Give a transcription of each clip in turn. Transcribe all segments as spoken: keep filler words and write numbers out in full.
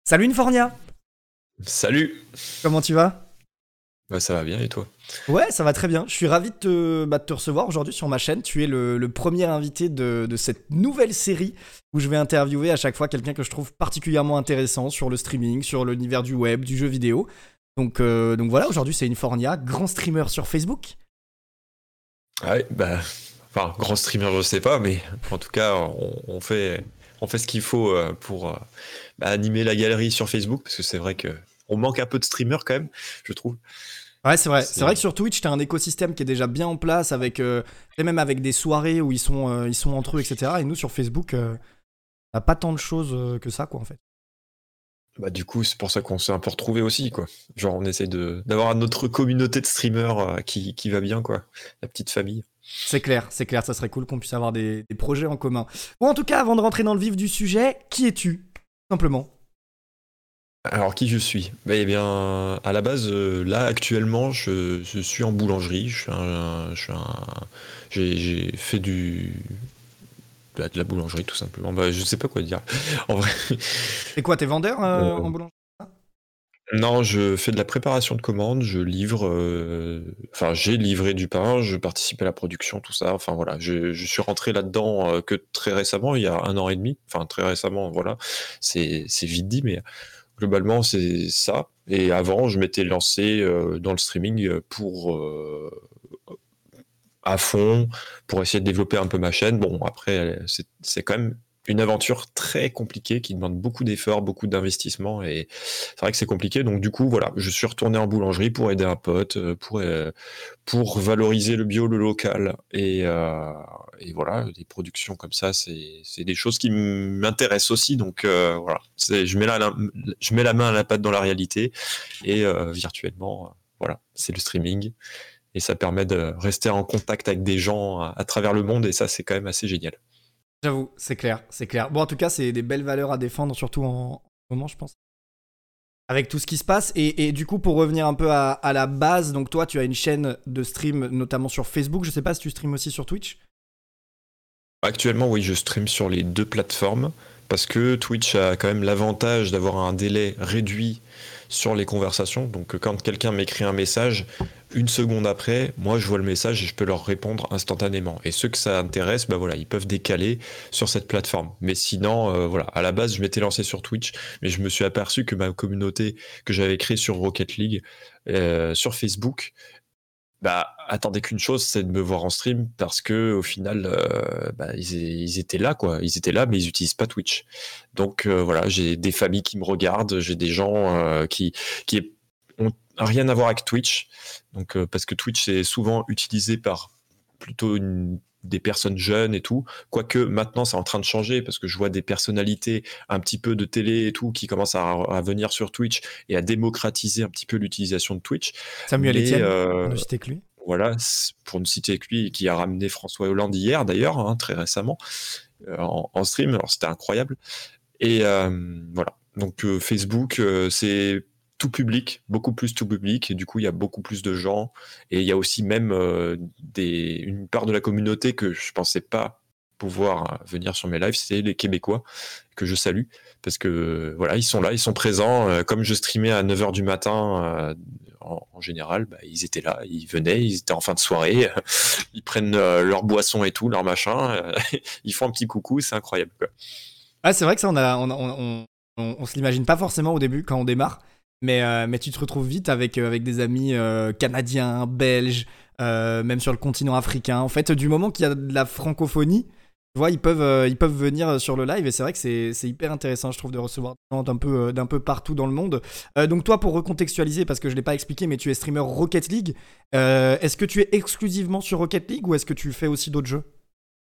Salut Infornia, Salut! comment tu vas? Bah, ça va bien et toi? Ouais, ça va très bien. Je suis ravi de te, bah, de te recevoir aujourd'hui sur ma chaîne. Tu es le, le premier invité de, de cette nouvelle série où je vais interviewer à chaque fois quelqu'un que je trouve particulièrement intéressant sur le streaming, sur l'univers du web, du jeu vidéo. Donc, euh, donc voilà, aujourd'hui c'est Infornia, grand streamer sur Facebook. Ah ouais, bah, enfin, grand streamer, je sais pas, mais en tout cas, on, on fait, on fait ce qu'il faut euh, pour euh, bah, animer la galerie sur Facebook, parce que c'est vrai que on manque un peu de streamers quand même, je trouve. Ouais, c'est vrai. C'est vrai que C'est, sur Twitch, t'as un écosystème qui est déjà bien en place, avec, euh, et même avec des soirées où ils sont, euh, ils sont entre eux, et cetera. Et nous sur Facebook, euh, on a pas tant de choses euh, que ça, quoi, en fait. bah, du coup, c'est pour ça qu'on s'est un peu retrouvés aussi, quoi. Genre, on essaie de d'avoir notre communauté de streamers euh, qui, qui va bien, quoi. La petite famille. C'est clair, c'est clair, ça serait cool qu'on puisse avoir des, des projets en commun. Bon, en tout cas, avant de rentrer dans le vif du sujet, qui es-tu? Simplement. Alors, qui je suis? Bah, eh bien, à la base, euh, là, actuellement, je, je suis en boulangerie. Je suis un, je suis un- j'ai, j'ai fait du, de la, de la boulangerie, tout simplement. Bah, je sais pas quoi dire. En vrai, Et quoi, t'es vendeur euh, euh, en boulangerie? non, je fais de la préparation de commandes, je livre, euh, enfin, j'ai livré du pain, je participe à la production, tout ça. Enfin, voilà, je, je suis rentré là-dedans euh, que très récemment, il y a un an et demi. Enfin, très récemment, voilà. C'est, c'est vite dit, mais globalement, c'est ça. Et avant, je m'étais lancé euh, dans le streaming pour euh, à fond, pour essayer de développer un peu ma chaîne. Bon, après, c'est c'est quand même une aventure très compliquée qui demande beaucoup d'efforts, beaucoup d'investissement, et c'est vrai que c'est compliqué. Donc du coup, voilà, je suis retourné en boulangerie pour aider un pote, euh, pour euh, pour valoriser le bio, le local, et euh, et voilà, des productions comme ça, c'est c'est des choses qui m'intéressent aussi. Donc euh, voilà, c'est je mets la, la- je mets la main à la pâte dans la réalité, et euh, virtuellement, euh, voilà, c'est le streaming. Et ça permet de rester en contact avec des gens à, à travers le monde, et ça, c'est quand même assez génial. J'avoue, c'est clair, c'est clair. Bon, en tout cas, c'est des belles valeurs à défendre, surtout en, en ce moment, je pense. Avec tout ce qui se passe. Et, et du coup, pour revenir un peu à, à la base, donc toi, tu as une chaîne de stream, notamment sur Facebook. Je sais pas si tu streams aussi sur Twitch. Actuellement, oui, je stream sur les deux plateformes parce que Twitch a quand même l'avantage d'avoir un délai réduit sur les conversations. Donc, quand quelqu'un m'écrit un message, une seconde après, moi, je vois le message et je peux leur répondre instantanément. Et ceux que ça intéresse, bah voilà, ils peuvent décaler sur cette plateforme. Mais sinon, euh, voilà, à la base, je m'étais lancé sur Twitch, mais je me suis aperçu que ma communauté que j'avais créée sur Rocket League, euh, sur Facebook, bah, attendez qu'une chose, c'est de me voir en stream parce que au final, euh, bah, ils, ils étaient là, quoi. Ils étaient là, mais ils utilisent pas Twitch. Donc euh, voilà, j'ai des familles qui me regardent, j'ai des gens euh, qui qui ont rien à voir avec Twitch. Donc euh, parce que Twitch c'est souvent utilisé par plutôt une des personnes jeunes et tout, quoique maintenant c'est en train de changer parce que je vois des personnalités un petit peu de télé et tout qui commencent à, à venir sur Twitch et à démocratiser un petit peu l'utilisation de Twitch. Samuel Mais Etienne, pour euh, ne citer que lui. voilà, pour ne citer que lui, qui a ramené François Hollande hier d'ailleurs, hein, très récemment, euh, en, en stream, alors c'était incroyable. Et euh, voilà, donc euh, Facebook, euh, c'est tout public, beaucoup plus tout public, et du coup il y a beaucoup plus de gens, et il y a aussi même euh, des, une part de la communauté que je pensais pas pouvoir euh, venir sur mes lives, c'est les Québécois, que je salue, parce que voilà, ils sont là, ils sont présents, euh, comme je streamais à neuf heures du matin, euh, en, en général, bah, ils étaient là, ils venaient, ils étaient en fin de soirée, ils prennent euh, leur boisson et tout, leur machin, euh, ils font un petit coucou, c'est incroyable, quoi. Ah, c'est vrai que ça, on, a, on, on, on, on se l'imagine pas forcément au début quand on démarre. Mais, euh, mais tu te retrouves vite avec, euh, avec des amis euh, canadiens, belges, euh, même sur le continent africain. En fait, du moment qu'il y a de la francophonie, tu vois, ils peuvent, euh, ils peuvent venir sur le live. Et c'est vrai que c'est, c'est hyper intéressant, je trouve, de recevoir des gens d'un peu, euh, d'un peu partout dans le monde. Euh, donc, toi, pour recontextualiser, parce que je ne l'ai pas expliqué, mais tu es streamer Rocket League. Euh, est-ce que tu es exclusivement sur Rocket League ou est-ce que tu fais aussi d'autres jeux?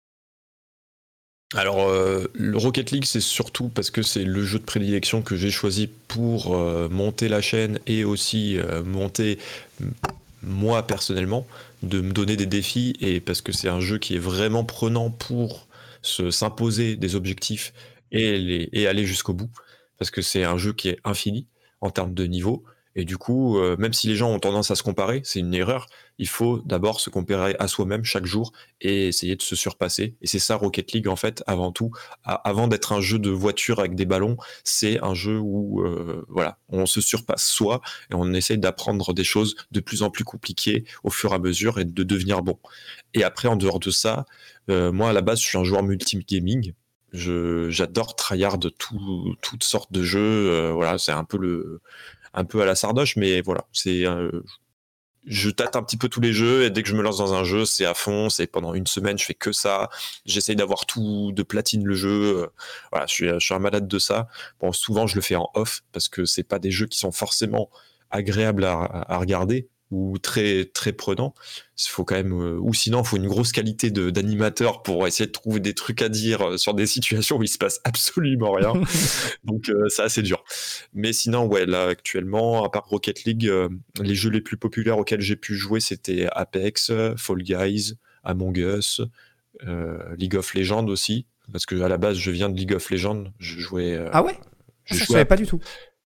Alors, euh, le Rocket League, c'est surtout parce que c'est le jeu de prédilection que j'ai choisi pour euh, monter la chaîne et aussi euh, monter m- moi personnellement, de me donner des défis, et parce que c'est un jeu qui est vraiment prenant pour se s'imposer des objectifs et, les, et aller jusqu'au bout, parce que c'est un jeu qui est infini en termes de niveau, Et du coup, euh, même si les gens ont tendance à se comparer, c'est une erreur. Il faut d'abord se comparer à soi-même chaque jour et essayer de se surpasser. Et c'est ça Rocket League, en fait, avant tout. À, avant d'être un jeu de voiture avec des ballons, c'est un jeu où euh, voilà, on se surpasse soi et on essaye d'apprendre des choses de plus en plus compliquées au fur et à mesure et de devenir bon. Et après, en dehors de ça, euh, moi, à la base, je suis un joueur multi-gaming. Je, j'adore tryhard tout, toutes sortes de jeux. Euh, voilà, c'est un peu le, un peu à la sardoche, mais voilà, c'est, euh, je tâte un petit peu tous les jeux et dès que je me lance dans un jeu, c'est à fond. C'est pendant une semaine, je fais que ça. J'essaye d'avoir tout, de platine le jeu. Euh, voilà, je suis, je suis un malade de ça. Bon, souvent, je le fais en off parce que c'est pas des jeux qui sont forcément agréables à, à regarder ou très très prenants. Il faut quand même, euh, ou sinon, il faut une grosse qualité de, d'animateur pour essayer de trouver des trucs à dire sur des situations où il se passe absolument rien. Donc, euh, c'est assez dur. Mais sinon, ouais, là, actuellement, à part Rocket League, euh, les jeux les plus populaires auxquels j'ai pu jouer, c'était Apex, Fall Guys, Among Us, euh, League of Legends aussi. Parce que à la base, je viens de League of Legends. Je jouais, euh, Ah ouais? Ah, je ça, je jouais savais à, pas du tout.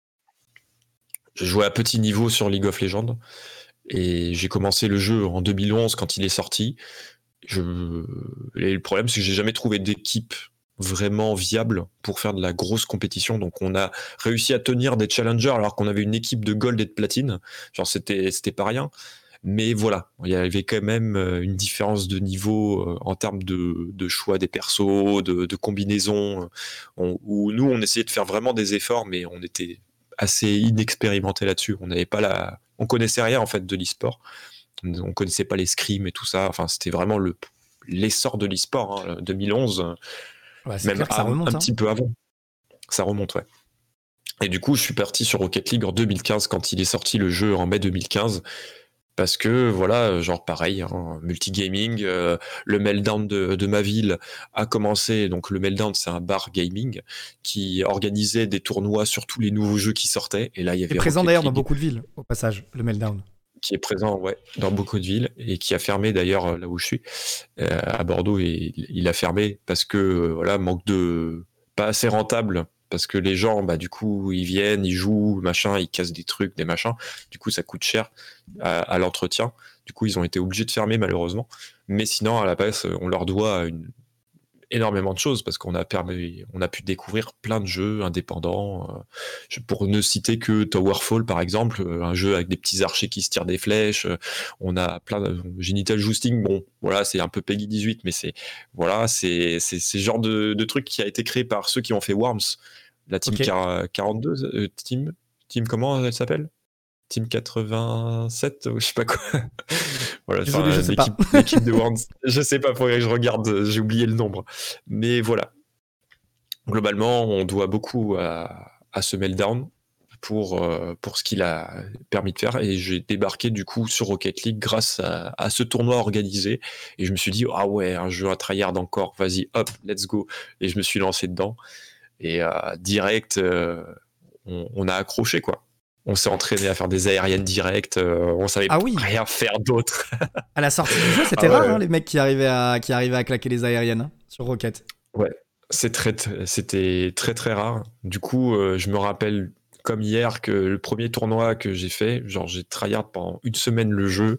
je jouais à petit niveau sur League of Legends. Et j'ai commencé le jeu en deux mille onze quand il est sorti. Je... Et le problème, c'est que j'ai jamais trouvé d'équipe vraiment viable pour faire de la grosse compétition. Donc on a réussi à tenir des challengers alors qu'on avait une équipe de gold et de platine. Genre c'était c'était pas rien. Mais voilà, il y avait quand même une différence de niveau en termes de, de choix des persos, de, de combinaisons, on, où nous on essayait de faire vraiment des efforts, mais on était assez inexpérimenté là-dessus. On n'avait pas la, on connaissait rien en fait de l'e-sport. On connaissait pas les scrims et tout ça. Enfin, c'était vraiment le l'essor de l'e-sport, hein, deux mille onze, Ouais, c'est même clair que ça à, remonte, un hein. petit peu avant. Ça remonte, ouais. Et du coup, je suis parti sur Rocket League en deux mille quinze quand il est sorti le jeu en mai deux mille quinze. Parce que voilà, genre pareil, hein, multigaming, euh, le Meltdown de, de ma ville a commencé. Donc le Meltdown, c'est un bar gaming qui organisait des tournois sur tous les nouveaux jeux qui sortaient. Et là, il y C'est avait présent Rocket d'ailleurs dans League beaucoup de villes, au passage, le Meltdown. qui est présent, ouais, dans beaucoup de villes et qui a fermé d'ailleurs là où je suis, euh, à Bordeaux, et il a fermé parce que euh, voilà, manque de, pas assez rentable. Parce que les gens, bah, du coup, ils viennent, ils jouent, machin, ils cassent des trucs, des machins. Du coup, ça coûte cher à, à l'entretien. Du coup, ils ont été obligés de fermer, malheureusement. Mais sinon, à la base, on leur doit une, énormément de choses parce qu'on a permis, on a pu découvrir plein de jeux indépendants. Euh, pour ne citer que Towerfall, par exemple, un jeu avec des petits archers qui se tirent des flèches. On a plein de Genital Jousting. Bon, voilà, c'est un peu Peggy dix-huit, mais c'est, voilà, c'est, c'est, c'est ce genre de, de truc qui a été créé par ceux qui ont fait Worms. La team Ok. quarante-deux, euh, team, team comment elle s'appelle? Team quatre-vingt-sept, ou je sais pas quoi. Voilà, Désolé, je enfin, sais pas. l'équipe, l'équipe de Worms. Je sais pas, faudrait que je regarde, j'ai oublié le nombre. Mais voilà. Globalement, on doit beaucoup à, à ce Meltdown pour, euh, pour ce qu'il a permis de faire. Et j'ai débarqué du coup sur Rocket League grâce à, à ce tournoi organisé. Et je me suis dit, ah ouais, un jeu à tryhard encore, vas-y, hop, let's go. Et je me suis lancé dedans. Et euh, direct, euh, on, on a accroché, quoi. On s'est entraîné à faire des aériennes directes, euh, on savait Ah oui, rien faire d'autre. à la sortie du jeu, c'était Ah rare, hein, ouais, les mecs qui arrivaient à, qui arrivaient à claquer les aériennes, hein, sur Rocket. ouais. C'est très, t- c'était très très rare. Du coup, euh, je me rappelle comme hier que le premier tournoi que j'ai fait, genre j'ai tryhard pendant une semaine le jeu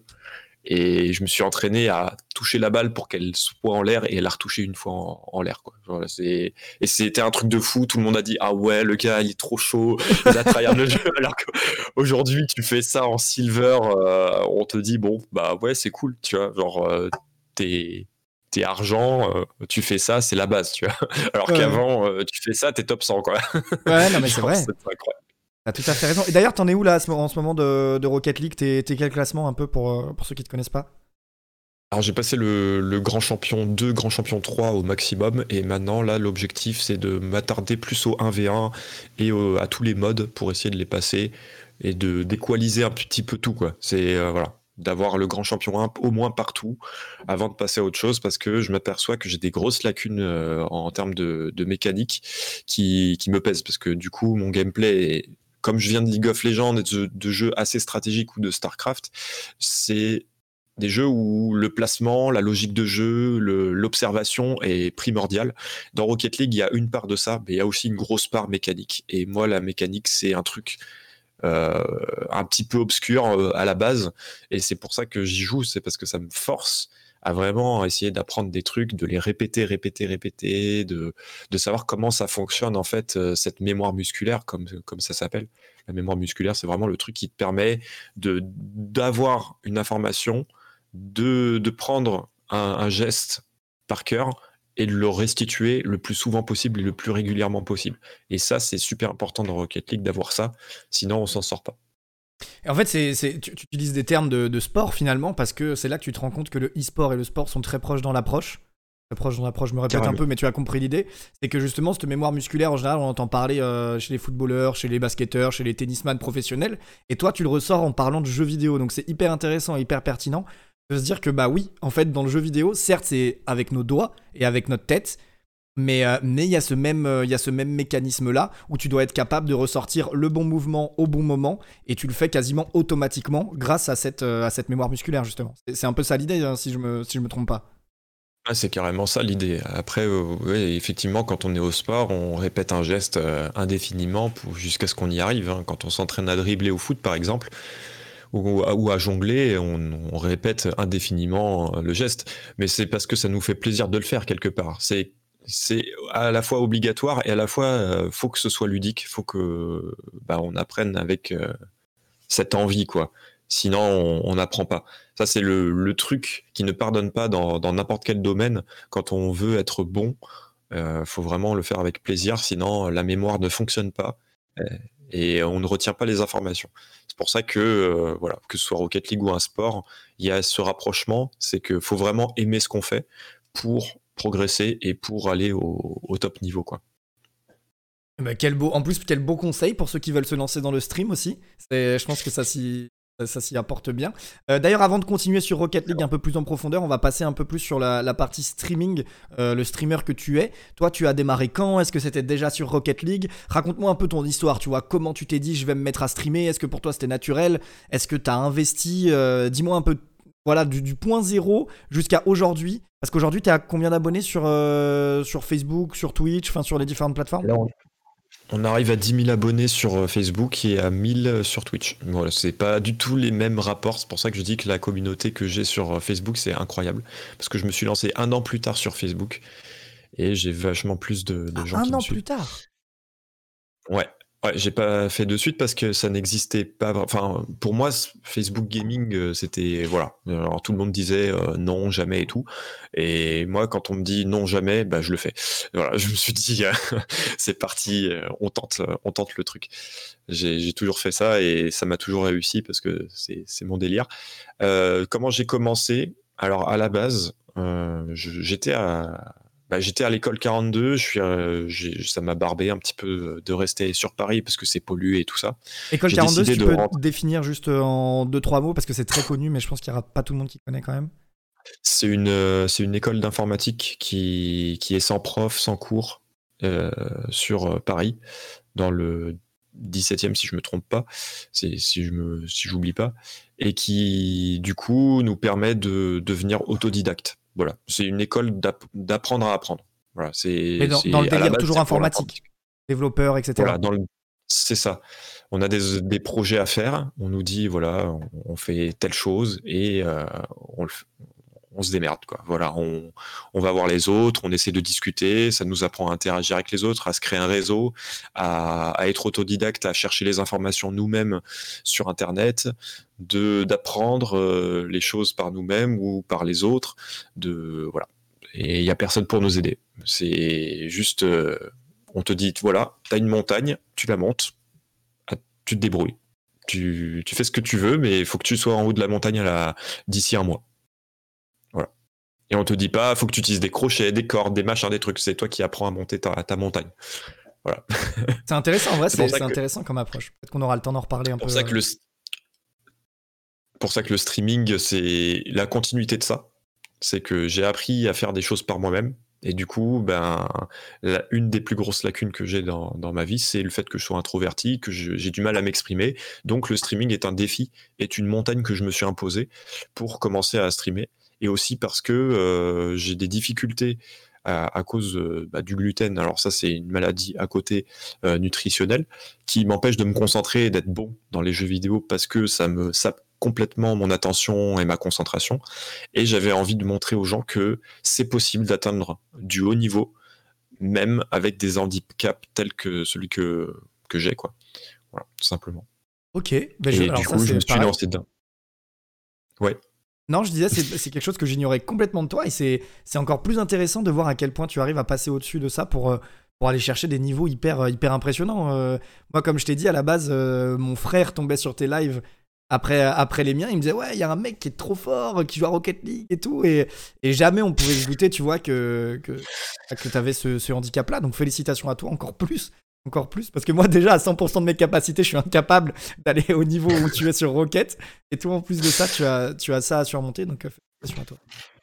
et je me suis entraîné à toucher la balle pour qu'elle soit en l'air et la retoucher une fois en, en l'air, quoi. Genre, c'est... Et c'était un truc de fou. Tout le monde a dit, ah ouais, le gars il est trop chaud, il a tryhard le jeu. Alors qu'aujourd'hui tu fais ça en silver, euh, on te dit bon bah ouais c'est cool, tu vois, genre euh, t'es t'es argent, euh, tu fais ça, c'est la base, tu vois. Alors Ouais, qu'avant, euh, tu fais ça, t'es top cent, quoi. ouais, non mais c'est Genre, vrai. c'est incroyable. T'as tout à fait raison. Et d'ailleurs, t'en es où là à ce- en ce moment de, de Rocket League? T'es t'es quel classement un peu pour, euh, pour ceux qui te connaissent pas? Alors j'ai passé le, le grand champion deux, grand champion trois au maximum, et maintenant là l'objectif c'est de m'attarder plus au un v un et au- à tous les modes pour essayer de les passer et de d'équaliser un petit peu tout, quoi. C'est euh, voilà, d'avoir le grand champion un au moins partout avant de passer à autre chose, parce que je m'aperçois que j'ai des grosses lacunes euh, en termes de, de mécanique qui, qui me pèsent, parce que du coup mon gameplay est, comme je viens de League of Legends et de, de jeux assez stratégiques ou de StarCraft, c'est des jeux où le placement, la logique de jeu, le, l'observation est primordiale. Dans Rocket League, il y a une part de ça, mais il y a aussi une grosse part mécanique. Et moi, la mécanique, c'est un truc euh, un petit peu obscurs euh, à la base. Et c'est pour ça que j'y joue, c'est parce que ça me force à vraiment essayer d'apprendre des trucs, de les répéter, répéter, répéter, de, de savoir comment ça fonctionne en fait, euh, cette mémoire musculaire, comme, comme ça s'appelle. La mémoire musculaire, c'est vraiment le truc qui te permet de, d'avoir une information, de, de prendre un, un geste par cœur et de le restituer le plus souvent possible et le plus régulièrement possible. Et ça, c'est super important dans Rocket League d'avoir ça, sinon on s'en sort pas. Et en fait, c'est, c'est, tu, tu utilises des termes de, de sport finalement parce que c'est là que tu te rends compte que le e-sport et le sport sont très proches dans l'approche. Très proches dans l'approche, je me répète Carrément. un peu, mais tu as compris l'idée. C'est que justement, cette mémoire musculaire, en général, on entend parler euh, chez les footballeurs, chez les basketteurs, chez les tennisman professionnels. Et toi, tu le ressors en parlant de jeux vidéo. Donc c'est hyper intéressant et hyper pertinent de se dire que, bah oui, en fait, dans le jeu vidéo, certes, c'est avec nos doigts et avec notre tête. Mais euh, mais il y a ce même euh, il y a ce même mécanisme là où tu dois être capable de ressortir le bon mouvement au bon moment et tu le fais quasiment automatiquement grâce à cette euh, à cette mémoire musculaire justement. C'est, c'est un peu ça l'idée hein, si je me si je me trompe pas. Ah, c'est carrément ça l'idée. Après, euh, ouais, effectivement, quand on est au sport, on répète un geste euh, indéfiniment pour, jusqu'à ce qu'on y arrive, hein. Quand on s'entraîne à dribbler au foot, par exemple, ou, ou à jongler, on, on répète indéfiniment euh, le geste. Mais c'est parce que ça nous fait plaisir de le faire quelque part. C'est, c'est à la fois obligatoire et à la fois, euh, faut que ce soit ludique. Faut que, bah, on apprenne avec euh, cette envie, quoi. Sinon, on n'apprend pas. Ça, c'est le, le truc qui ne pardonne pas dans, dans n'importe quel domaine. Quand on veut être bon, euh, faut vraiment le faire avec plaisir. Sinon, la mémoire ne fonctionne pas euh, et on ne retient pas les informations. C'est pour ça que, euh, voilà, que ce soit Rocket League ou un sport, il y a ce rapprochement. C'est qu'il faut vraiment aimer ce qu'on fait pour progresser et pour aller au, au top niveau, quoi. Bah, quel beau en plus quel beau conseil pour ceux qui veulent se lancer dans le stream aussi. C'est, je pense que ça s'y ça s'y apporte bien. Euh, d'ailleurs, avant de continuer sur Rocket League un peu plus en profondeur, on va passer un peu plus sur la, la partie streaming, euh, le streamer que tu es. Toi, tu as démarré quand? Est-ce que c'était déjà sur Rocket League? Raconte-moi un peu ton histoire, tu vois, comment tu t'es dit je vais me mettre à streamer? Est-ce que pour toi c'était naturel? Est-ce que tu as investi? Euh, dis-moi un peu, voilà, du, du point zéro jusqu'à aujourd'hui. Parce qu'aujourd'hui, tu as combien d'abonnés sur, euh, sur Facebook, sur Twitch, enfin sur les différentes plateformes? Là, on, on arrive à dix mille abonnés sur euh, Facebook et à mille sur Twitch. Voilà, c'est pas du tout les mêmes rapports. C'est pour ça que je dis que la communauté que j'ai sur euh, Facebook, c'est incroyable. Parce que je me suis lancé un an plus tard sur Facebook et j'ai vachement plus de, de Ah, gens un qui me an suivent. plus tard. Ouais. Ouais, j'ai pas fait de suite parce que ça n'existait pas. Enfin, pour moi, c- Facebook Gaming, euh, c'était voilà. Alors tout le monde disait euh, non, jamais et tout. Et moi, quand on me dit non, jamais, bah je le fais. Voilà, je me suis dit, euh, c'est parti, euh, on tente, euh, on tente le truc. J'ai j'ai toujours fait ça et ça m'a toujours réussi parce que c'est c'est mon délire. Euh, comment j'ai commencé? Alors à la base, euh, je- j'étais à bah, j'étais à l'école quarante-deux, je suis, euh, j'ai- ça m'a barbé un petit peu de rester sur Paris parce que c'est pollué et tout ça. École J'ai quarante-deux, si décidé tu de peux rentrer. définir juste en deux trois mots, parce que c'est très connu, mais je pense qu'il n'y aura pas tout le monde qui connaît quand même. C'est une, euh, c'est une école d'informatique qui, qui est sans prof, sans cours, euh, sur euh, Paris, dans le dix-septième si je me trompe pas, c'est, si je me, si j'oublie pas, et qui du coup nous permet de devenir autodidacte. Voilà, c'est une école d'app- d'apprendre à apprendre. Voilà, Mais c'est, dans, dans le c'est à la délire base toujours c'est pour informatique, l'informatique. développeur, Voilà, et cetera. dans le... c'est ça. On a des, des projets à faire. On nous dit, voilà, on, on fait telle chose et euh, on, le f- on se démerde, quoi. Voilà, on, on va voir les autres, on essaie de discuter. Ça nous apprend à interagir avec les autres, à se créer un réseau, à, à être autodidacte, à chercher les informations nous-mêmes sur Internet, de d'apprendre euh, les choses par nous-mêmes ou par les autres. De voilà. Et il y a personne pour nous aider. C'est juste. Euh, on te dit, voilà, t'as une montagne, tu la montes, ah, tu te débrouilles. Tu, tu fais ce que tu veux, mais il faut que tu sois en haut de la montagne à la... d'ici un mois. Voilà. Et on te dit pas, faut que tu utilises des crochets, des cordes, des machins, des trucs. C'est toi qui apprends à monter ta, ta montagne. Voilà. C'est intéressant, en vrai, C'est pour c'est, ça c'est que, intéressant comme approche. Peut-être qu'on aura le temps d'en reparler un pour peu. ça euh. que le, pour ça que le streaming, c'est la continuité de ça. C'est que j'ai appris à faire des choses par moi-même. Et du coup, ben, la, une des plus grosses lacunes que j'ai dans, dans ma vie, c'est le fait que je sois introverti, que je- j'ai du mal à m'exprimer. Donc le streaming est un défi, est une montagne que je me suis imposée pour commencer à streamer. Et aussi parce que euh, j'ai des difficultés à, à cause euh, bah, du gluten. Alors ça, c'est une maladie à côté euh, nutritionnelle qui m'empêche de me concentrer et d'être bon dans les jeux vidéo parce que ça me sape complètement mon attention et ma concentration. Et j'avais envie de montrer aux gens que c'est possible d'atteindre du haut niveau, même avec des handicaps tels que celui que, que j'ai, quoi. Voilà, tout simplement. Ok, ben je, Et alors du ça coup, je me c'est suis pareil. lancé dedans. Ouais. Non, je disais, c'est, c'est quelque chose que j'ignorais complètement de toi et c'est, c'est encore plus intéressant de voir à quel point tu arrives à passer au-dessus de ça pour, euh, pour aller chercher des niveaux hyper, euh, hyper impressionnants. Euh, moi, comme je t'ai dit, à la base, euh, mon frère tombait sur tes lives après, après les miens. Il me disait, ouais, il y a un mec qui est trop fort, qui joue à Rocket League et tout. Et, et jamais on pouvait se douter, tu vois, que, que, que tu avais ce, ce handicap-là. Donc félicitations à toi encore plus. Encore plus, parce que moi déjà à cent pour cent de mes capacités, je suis incapable d'aller au niveau où tu es sur Rocket. Et tout en plus de ça, tu as, tu as ça à surmonter, donc euh, félicitations à toi.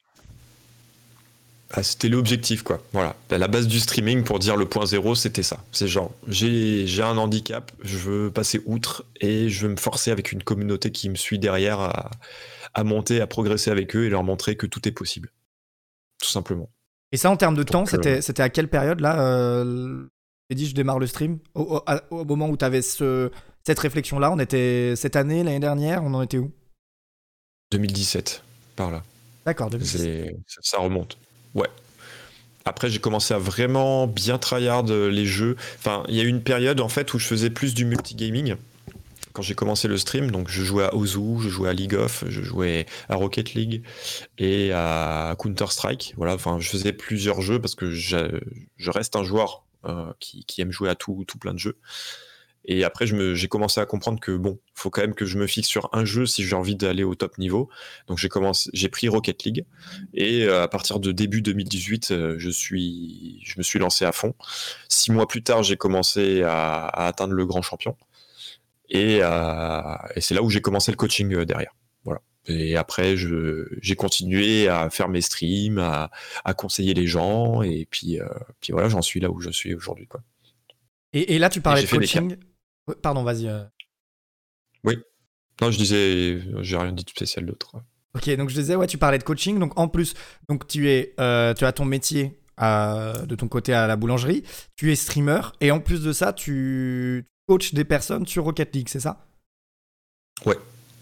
Ah, c'était l'objectif, quoi. Voilà. À la base du streaming, pour dire le point zéro, c'était ça. C'est genre, j'ai, j'ai un handicap, je veux passer outre et je veux me forcer avec une communauté qui me suit derrière à, à monter, à progresser avec eux et leur montrer que tout est possible. Tout simplement. Et ça en termes de temps, Donc, c'était, euh, c'était à quelle période là euh, J'ai dit je démarre le stream. Au, au- à- au moment où tu avais ce, cette réflexion-là, on était cette année, l'année dernière, on en était où? deux mille dix-sept, par là. D'accord, deux mille dix. C'est, ça ça remonte. Ouais. Après, j'ai commencé à vraiment bien tryhard euh, les jeux. Enfin, il y a eu une période en fait où je faisais plus du multigaming quand j'ai commencé le stream. Donc, je jouais à Ozu, je jouais à League of, je jouais à Rocket League et à Counter Strike. Voilà. Enfin, je faisais plusieurs jeux parce que j'a- je reste un joueur euh, qui, qui aime jouer à tout, tout plein de jeux. Et après, je me, j'ai commencé à comprendre que bon, faut quand même que je me fixe sur un jeu si j'ai envie d'aller au top niveau. Donc j'ai commencé, j'ai pris Rocket League et euh, à partir de début deux mille dix-huit, euh, je suis, je me suis lancé à fond. Six mois plus tard, j'ai commencé à, à atteindre le grand champion et, euh, et c'est là où j'ai commencé le coaching euh, derrière. Voilà. Et après, je, j'ai continué à faire mes streams, à, à conseiller les gens et puis, euh, puis voilà, j'en suis là où je suis aujourd'hui, quoi. Et, et là, tu Et parlais j'ai de fait des cas. coaching. Ouais, pardon, vas-y. euh. Oui. Non, je disais, j'ai rien dit de spécial d'autre. Ok, donc je disais, ouais, tu parlais de coaching. Donc en plus, donc tu es, euh, tu as ton métier euh, de ton côté à la boulangerie. Tu es streamer et en plus de ça, tu coaches des personnes sur Rocket League, c'est ça? Ouais.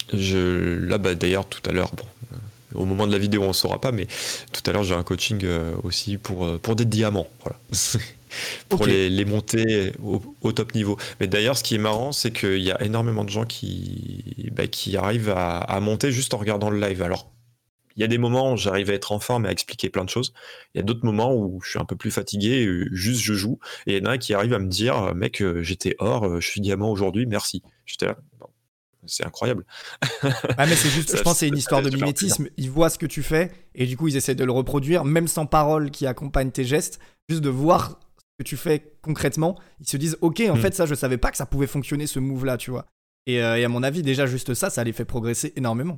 Je, là, bah, d'ailleurs, tout à l'heure, bon, euh, au moment de la vidéo, on ne saura pas, mais tout à l'heure, j'ai un coaching euh, aussi pour, euh, pour des diamants. Voilà. Pour Ok. les, les monter au, au top niveau. Mais d'ailleurs, ce qui est marrant, c'est qu'il y a énormément de gens qui, bah, qui arrivent à, à monter juste en regardant le live. Alors, il y a des moments où j'arrive à être en forme et à expliquer plein de choses. Il y a d'autres moments où je suis un peu plus fatigué, euh, juste je joue. Et il y en a un qui arrive à me dire, mec, euh, j'étais or, euh, je suis diamant aujourd'hui, merci. J'étais là, bon, c'est incroyable. Ah, mais c'est juste, je Ça, pense que c'est une ça histoire fait de super plaisir. mimétisme. Ils voient ce que tu fais et du coup, ils essaient de le reproduire, même sans parole qui accompagne tes gestes. Juste de voir ce que tu fais concrètement. Ils se disent, ok, en Hmm. fait, ça, je savais pas que ça pouvait fonctionner ce move-là, tu vois. Et, euh, et à mon avis, déjà, juste ça, ça les fait progresser énormément.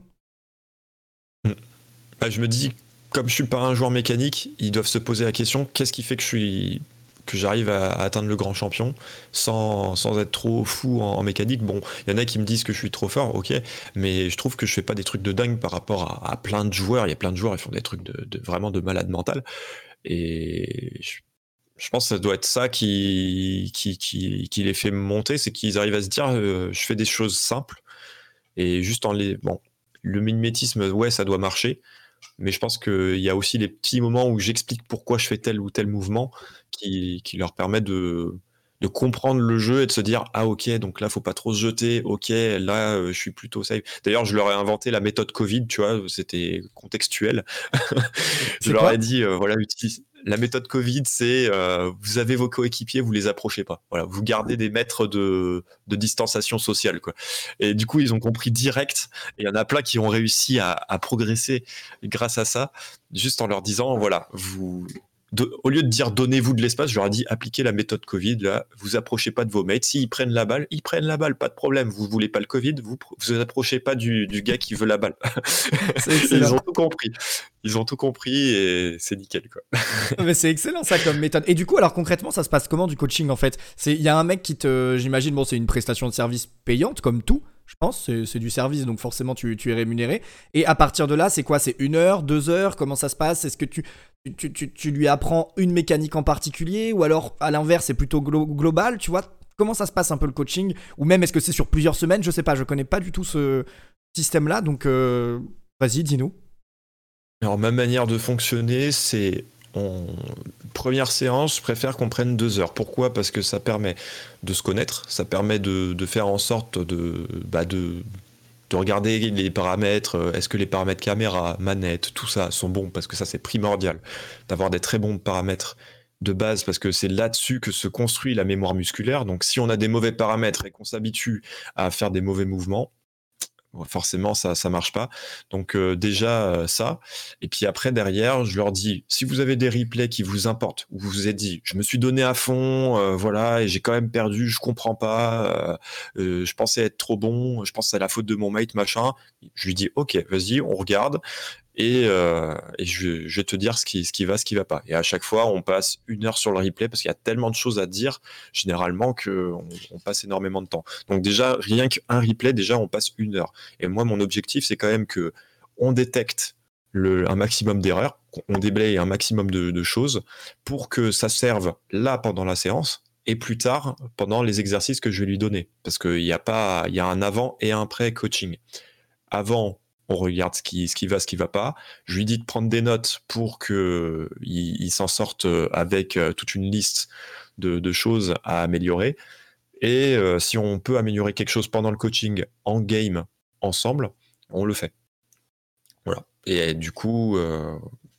Hmm. Bah, je me dis, comme je suis pas un joueur mécanique, ils doivent se poser la question, qu'est-ce qui fait que je suis que j'arrive à, à atteindre le grand champion sans, sans être trop fou en, en mécanique. Bon, il y en a qui me disent que je suis trop fort, ok, mais je trouve que je fais pas des trucs de dingue par rapport à, à plein de joueurs. Il y a plein de joueurs qui font des trucs de, de vraiment de malade mental. Et je, je pense que ça doit être ça qui, qui, qui, qui les fait monter, c'est qu'ils arrivent à se dire, euh, je fais des choses simples et juste en les... Bon, le mimétisme, ouais, ça doit marcher. Mais je pense qu'il y a aussi les petits moments où j'explique pourquoi je fais tel ou tel mouvement qui, qui leur permet de, de comprendre le jeu et de se dire ah ok, donc là faut pas trop se jeter, ok, là euh, je suis plutôt safe. D'ailleurs je leur ai inventé la méthode Covid, tu vois, c'était contextuel. Je C'est leur ai quoi? dit euh, voilà, utilise la méthode Covid, c'est euh, vous avez vos coéquipiers, vous les approchez pas. Voilà, vous gardez des mètres de, de distanciation sociale, quoi. Et du coup, ils ont compris direct. Et il y en a plein qui ont réussi à, à progresser grâce à ça, juste en leur disant voilà, vous. De, au lieu de dire donnez-vous de l'espace, je leur ai dit appliquez la méthode Covid, là, vous approchez pas de vos mates. S'ils prennent la balle, ils prennent la balle, pas de problème. Vous voulez pas le Covid, vous vous approchez pas du, du gars qui veut la balle. C'est Ils excellent. ont tout compris. Ils ont tout compris et c'est nickel, quoi. Mais c'est excellent ça comme méthode. Et du coup, alors concrètement, ça se passe comment du coaching en fait? C'est, il y a un mec qui te, j'imagine, bon, c'est une prestation de service payante comme tout. Je pense, c'est, c'est du service, donc forcément tu, tu es rémunéré. Et à partir de là, c'est quoi? C'est une heure, deux heures? Comment ça se passe? Est-ce que tu, tu, tu, tu lui apprends une mécanique en particulier, ou alors à l'inverse, c'est plutôt glo- global, tu vois? Comment ça se passe un peu le coaching? Ou même est-ce que c'est sur plusieurs semaines? Je sais pas, je connais pas du tout ce système-là, donc euh, vas-y, dis-nous. Alors, ma manière de fonctionner, c'est en première séance, je préfère qu'on prenne deux heures. Pourquoi? Parce que ça permet de se connaître, ça permet de, de faire en sorte de, bah de, de regarder les paramètres. euh, Est-ce que les paramètres caméra, manette, tout ça sont bons? Parce que ça, c'est primordial d'avoir des très bons paramètres de base, parce que c'est là-dessus que se construit la mémoire musculaire. Donc, si on a des mauvais paramètres et qu'on s'habitue à faire des mauvais mouvements, forcément ça ça marche pas. Donc euh, déjà euh, ça, et puis après derrière je leur dis, si vous avez des replays qui vous importent, où vous vous êtes dit je me suis donné à fond, euh, voilà, et j'ai quand même perdu, je comprends pas, euh, euh, je pensais être trop bon, je pense que c'est la faute de mon mate machin, je lui dis ok, vas-y, on regarde, et, euh, et je, je vais te dire ce qui, ce qui va, ce qui va pas. Et à chaque fois, on passe une heure sur le replay parce qu'il y a tellement de choses à dire, généralement, qu'on on passe énormément de temps. Donc déjà, rien qu'un replay, déjà, on passe une heure. Et moi, mon objectif, c'est quand même que on détecte le, un maximum d'erreurs, on déblaye un maximum de, de choses pour que ça serve là pendant la séance et plus tard pendant les exercices que je vais lui donner. Parce qu'il y a pas, il y a un avant et un après coaching. Avant, on regarde ce qui, ce qui va, ce qui va pas. Je lui dis de prendre des notes pour que il, il s'en sorte avec toute une liste de, de choses à améliorer. Et euh, si on peut améliorer quelque chose pendant le coaching en game ensemble, on le fait. Voilà. Et du coup, euh,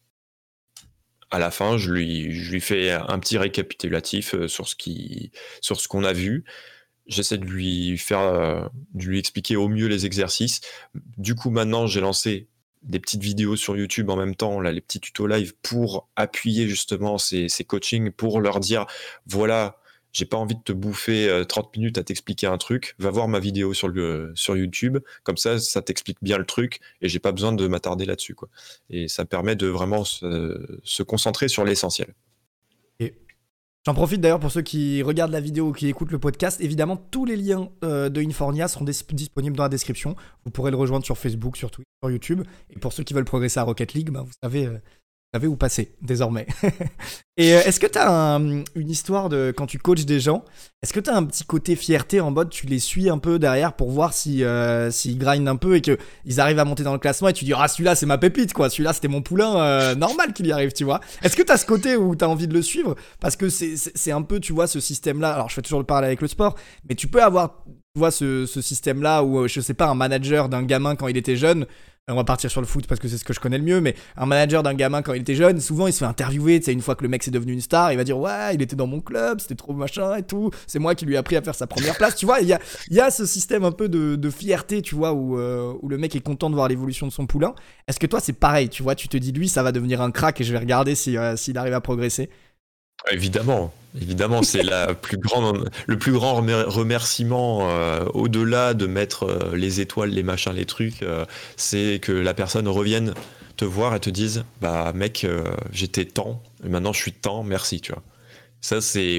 à la fin, je lui, je lui fais un petit récapitulatif sur ce qui, sur ce qu'on a vu. J'essaie de lui faire, euh, de lui expliquer au mieux les exercices. Du coup, maintenant, j'ai lancé des petites vidéos sur YouTube en même temps, là, les petits tutos live pour appuyer justement ces, ces coachings, pour leur dire, voilà, j'ai pas envie de te bouffer euh, trente minutes à t'expliquer un truc, va voir ma vidéo sur, le, sur YouTube, comme ça, ça t'explique bien le truc et j'ai pas besoin de m'attarder là-dessus, quoi. Et ça permet de vraiment se, se concentrer sur l'essentiel. Et j'en profite d'ailleurs pour ceux qui regardent la vidéo ou qui écoutent le podcast. Évidemment, tous les liens euh, de Infornia seront dis- disponibles dans la description. Vous pourrez le rejoindre sur Facebook, sur Twitter, sur YouTube. Et pour ceux qui veulent progresser à Rocket League, bah, vous savez, euh, vous savez où passer désormais. Et euh, est-ce que tu as un, une histoire de quand tu coaches des gens? Est-ce que tu as un petit côté fierté en mode tu les suis un peu derrière pour voir si euh, s'ils grindent un peu et qu'ils arrivent à monter dans le classement et tu dis ah celui-là c'est ma pépite quoi, celui-là c'était mon poulain, euh, normal qu'il y arrive, tu vois? Est-ce que tu as ce côté où tu as envie de le suivre? Parce que c'est, c'est, c'est un peu, tu vois, ce système-là. Alors je fais toujours le parallèle avec le sport, mais tu peux avoir, tu vois, ce, ce système-là où je sais pas, un manager d'un gamin quand il était jeune. On va partir sur le foot parce que c'est ce que je connais le mieux, mais un manager d'un gamin quand il était jeune, souvent il se fait interviewer, tu sais, une fois que le mec c'est devenu une star, il va dire ouais, il était dans mon club, c'était trop machin et tout, c'est moi qui lui ai appris à faire sa première place, tu vois, il y a, il y a ce système un peu de, de fierté, tu vois, où, euh, où le mec est content de voir l'évolution de son poulain. Est-ce que toi c'est pareil, tu vois, tu te dis lui ça va devenir un crack et je vais regarder si, euh, s'il arrive à progresser? Évidemment, évidemment, c'est la plus grande, le plus grand remer- remerciement euh, au-delà de mettre euh, les étoiles, les machins, les trucs, euh, c'est que la personne revienne te voir et te dise, bah mec, euh, j'étais temps, et maintenant je suis temps, merci, tu vois. Ça c'est,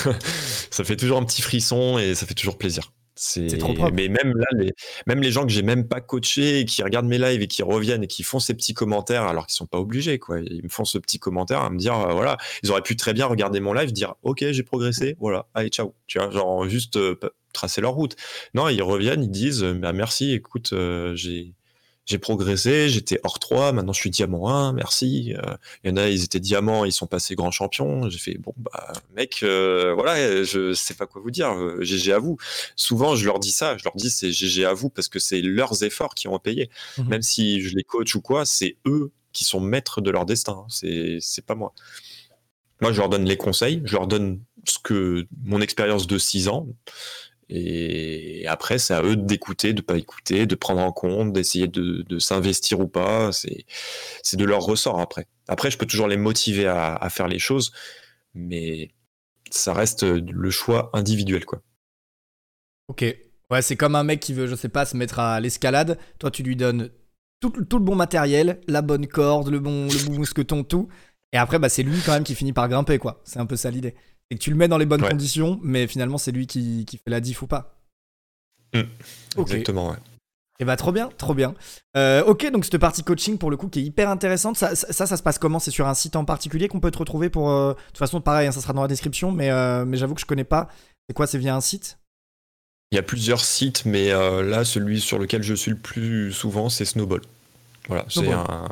ça fait toujours un petit frisson et ça fait toujours plaisir. C'est... C'est trop propre. Mais même là, les... même les gens que j'ai même pas coachés et qui regardent mes lives et qui reviennent et qui font ces petits commentaires alors qu'ils sont pas obligés, quoi. Ils me font ce petit commentaire à me dire, euh, voilà, ils auraient pu très bien regarder mon live, dire, ok, j'ai progressé, voilà, allez, ciao. Tu vois, genre juste euh, tracer leur route. Non, ils reviennent, ils disent, bah merci, écoute, euh, j'ai j'ai progressé, j'étais hors trois, maintenant je suis diamant un, merci. Euh, Il y en a, ils étaient diamants, ils sont passés grands champions. J'ai fait, bon, bah, mec, euh, voilà, je sais pas quoi vous dire, euh, G G à vous. Souvent, je leur dis ça, je leur dis c'est G G à vous parce que c'est leurs efforts qui ont payé. Mhm. Même si je les coach ou quoi, c'est eux qui sont maîtres de leur destin, c'est, c'est pas moi. Moi, je leur donne les conseils, je leur donne ce que mon expérience de six ans. Et après, c'est à eux d'écouter, de pas écouter, de prendre en compte, d'essayer de, de s'investir ou pas. C'est, c'est de leur ressort après. Après, je peux toujours les motiver à, à faire les choses, mais ça reste le choix individuel, quoi. Ok. Ouais, c'est comme un mec qui veut, je sais pas, se mettre à l'escalade. Toi, tu lui donnes tout, tout le bon matériel, la bonne corde, le bon, le bon mousqueton, tout. Et après, bah, c'est lui quand même qui finit par grimper, quoi. C'est un peu ça l'idée. C'est que tu le mets dans les bonnes Ouais. conditions, mais finalement, c'est lui qui, qui fait la diff ou pas. Mmh. Ok. Exactement, ouais. Et bah trop bien, trop bien. Euh, ok, donc cette partie coaching pour le coup qui est hyper intéressante, ça, ça, ça, ça se passe comment? C'est sur un site en particulier qu'on peut te retrouver pour... euh, De toute façon, pareil, hein, ça sera dans la description, mais, euh, mais j'avoue que je connais pas. C'est quoi, c'est via un site? Il y a plusieurs sites, mais euh, là, celui sur lequel je suis le plus souvent, c'est Snowball. Voilà, c'est Snowball. un,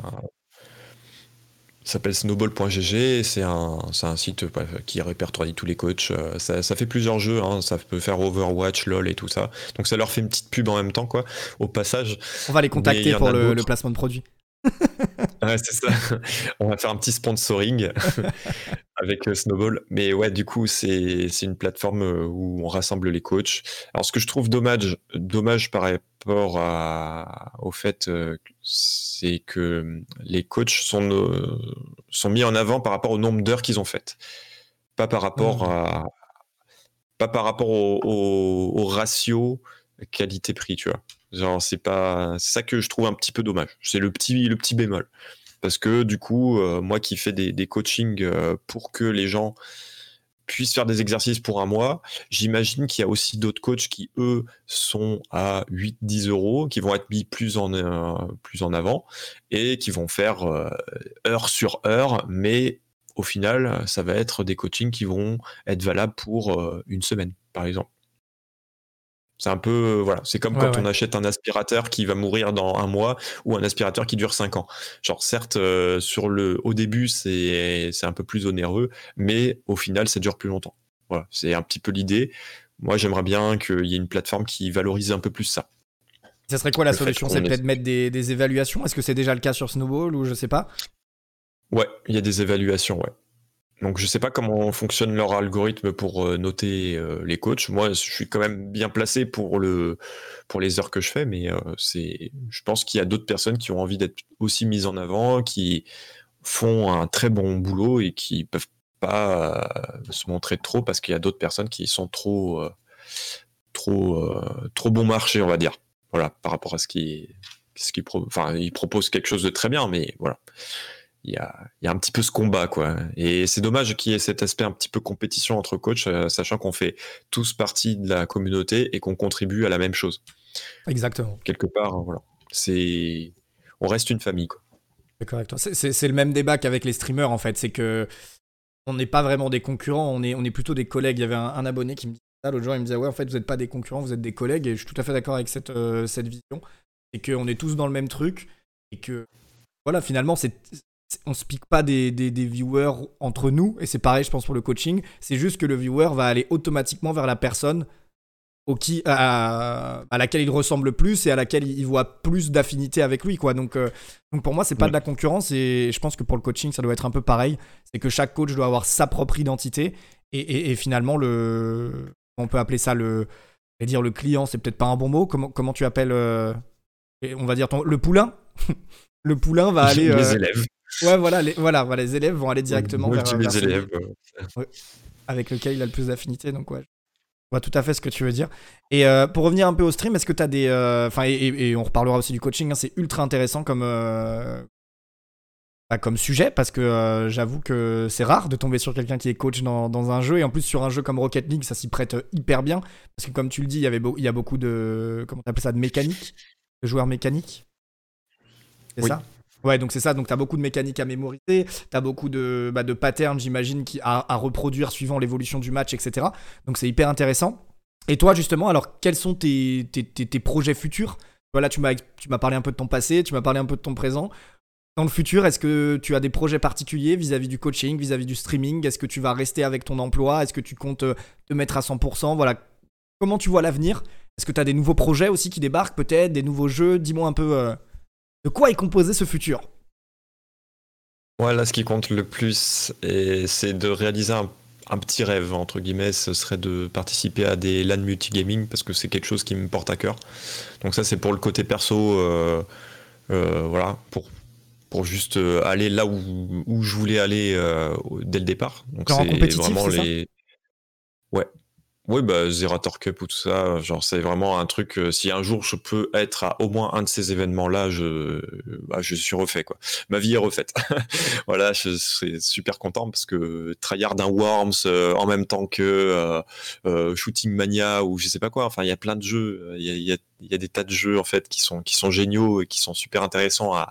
ça s'appelle snowball point g g, c'est un, c'est un site ouais, qui répertorie tous les coachs. Euh, Ça, ça fait plusieurs jeux, hein, ça peut faire Overwatch, LoL et tout ça. Donc ça leur fait une petite pub en même temps, quoi, au passage. On va les Mais il y contacter en pour a le, le d'autres. placement de produit. Ouais, c'est ça. On va faire un petit sponsoring avec euh, Snowball. Mais ouais, du coup, c'est c'est une plateforme euh, où on rassemble les coachs. Alors, ce que je trouve dommage, dommage par rapport à, au fait, euh, c'est que les coachs sont, euh, sont mis en avant par rapport au nombre d'heures qu'ils ont faites. Pas par rapport Hmm. à, pas par rapport au, au- au ratio qualité-prix, tu vois. Genre, c'est pas, c'est ça que je trouve un petit peu dommage. C'est le petit, le petit bémol. Parce que du coup, euh, moi qui fais des, des coachings euh, pour que les gens puissent faire des exercices pour un mois, j'imagine qu'il y a aussi d'autres coachs qui, eux, sont à huit dix euros, qui vont être mis plus en, euh, plus en avant et qui vont faire euh, heure sur heure, mais au final, ça va être des coachings qui vont être valables pour euh, une semaine, par exemple. C'est un peu, euh, voilà, c'est comme Ouais, quand on ouais. achète un aspirateur qui va mourir dans un mois ou un aspirateur qui dure cinq ans. Genre, certes, euh, sur le, au début, c'est, c'est un peu plus onéreux, mais au final, ça dure plus longtemps. Voilà, c'est un petit peu l'idée. Moi, j'aimerais bien qu'il y ait une plateforme qui valorise un peu plus ça. Ça serait quoi la Le fait solution? C'est qu'on peut-être ait... mettre des, des évaluations? Est-ce que c'est déjà le cas sur Snowball ou je sais pas? Ouais, il y a des évaluations, ouais. Donc je sais pas comment fonctionne leur algorithme pour euh, noter euh, les coachs. Moi, je suis quand même bien placé pour le pour les heures que je fais, mais euh, c'est, je pense qu'il y a d'autres personnes qui ont envie d'être aussi mises en avant, qui font un très bon boulot et qui peuvent pas euh, se montrer trop parce qu'il y a d'autres personnes qui sont trop euh, trop euh, trop bon marché, on va dire. Voilà, par rapport à ce qui ce qui pro... enfin, ils proposent quelque chose de très bien, mais voilà il y a, il y a un petit peu ce combat, quoi. Et c'est dommage qu'il y ait cet aspect un petit peu compétition entre coachs, euh, sachant qu'on fait tous partie de la communauté et qu'on contribue à la même chose. Exactement. Quelque part, voilà. C'est, on reste une famille, quoi. D'accord avec toi. C'est c'est- c'est le même débat qu'avec les streamers en fait. C'est que on n'est pas vraiment des concurrents, on est, on est plutôt des collègues. Il y avait un, un abonné qui me disait ça l'autre jour, il me disait ouais en fait vous n'êtes pas des concurrents, vous êtes des collègues et je suis tout à fait d'accord avec cette, euh, cette vision. C'est qu'on est tous dans le même truc et que voilà finalement c'est c'est- on se pique pas des, des, des viewers entre nous et c'est pareil je pense pour le coaching. C'est juste que le viewer va aller automatiquement vers la personne au qui, à, à laquelle il ressemble plus et à laquelle il voit plus d'affinité avec lui quoi. Donc, euh, donc pour moi c'est pas Mm. de la concurrence et je pense que pour le coaching ça doit être un peu pareil. C'est que chaque coach doit avoir sa propre identité et, et, et finalement le on peut appeler ça le je vais dire le client c'est peut-être pas un bon mot. Comment, comment tu appelles euh, on va dire ton, le poulain. Le poulain va aller Les euh, élèves. ouais voilà les, voilà voilà les élèves vont aller directement Moi, je vers, dis vers les celui élèves. euh, ouais, avec lequel il a le plus d'affinité donc ouais je vois tout à fait ce que tu veux dire. Et euh, pour revenir un peu au stream, est-ce que tu as des. euh, Enfin, et, et- et on reparlera aussi du coaching, hein, c'est ultra intéressant comme, euh, bah, comme sujet, parce que euh, j'avoue que c'est rare de tomber sur quelqu'un qui est coach dans, dans un jeu, et en plus sur un jeu comme Rocket League, ça s'y prête euh, hyper bien, parce que comme tu le dis, il y, avait beau- il y a beaucoup de. Comment t'appelles ça? De mécanique, de joueurs mécaniques, c'est Oui. ça? Ouais, donc c'est ça, donc t'as beaucoup de mécaniques à mémoriser, t'as beaucoup de, bah, de patterns, j'imagine, qui, à, à reproduire suivant l'évolution du match, et cetera. Donc c'est hyper intéressant. Et toi, justement, alors, quels sont tes, tes, tes- tes projets futurs? Voilà, tu m'as, tu m'as parlé un peu de ton passé, tu m'as parlé un peu de ton présent. Dans le futur, est-ce que tu as des projets particuliers vis-à-vis du coaching, vis-à-vis du streaming? Est-ce que tu vas rester avec ton emploi? Est-ce que tu comptes euh, te mettre à cent pour cent? Voilà, comment tu vois l'avenir? Est-ce que tu as des nouveaux projets aussi qui débarquent, peut-être, des nouveaux jeux? Dis-moi un peu euh, de quoi est composé ce futur. Moi, là, ce qui compte le plus, et c'est de réaliser un, un petit rêve, entre guillemets, ce serait de participer à des LAN multigaming, parce que c'est quelque chose qui me porte à cœur. Donc ça, c'est pour le côté perso, euh, euh, voilà, pour pour juste euh, aller là où, où je voulais aller euh, au- dès le départ. Donc Genre en c'est compétitif, vraiment c'est ça? les... Ouais, Oui, bah, Zerator Cup ou tout ça, genre c'est vraiment un truc, euh, si un jour je peux être à au moins un de ces événements-là, je, bah, je suis refait, quoi. Ma vie est refaite. Voilà, je suis super content parce que tryhard un Worms euh, en même temps que euh, euh, Shooting Mania ou je sais pas quoi, enfin il y a plein de jeux, il y a, il y a- il y a des tas de jeux en fait qui sont, qui sont géniaux et qui sont super intéressants à,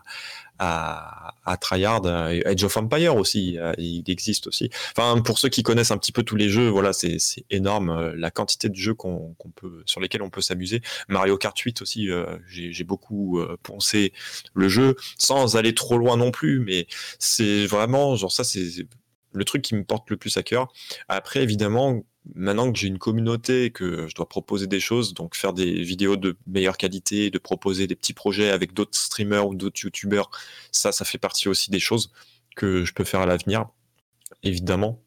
à, à tryhard. Age of Empire aussi, euh, il existe aussi. Enfin, pour ceux qui connaissent un petit peu tous les jeux, voilà, c'est c'est énorme euh, la quantité de jeux qu'on qu'on peut, sur lesquels on peut s'amuser. Mario Kart huit aussi, euh, j'ai j'ai beaucoup euh, poncé le jeu sans aller trop loin non plus, mais c'est vraiment genre ça, c'est le truc qui me porte le plus à cœur. Après, évidemment, maintenant que j'ai une communauté et que je dois proposer des choses, donc faire des vidéos de meilleure qualité, de proposer des petits projets avec d'autres streamers ou d'autres youtubeurs, ça, ça fait partie aussi des choses que je peux faire à l'avenir, évidemment.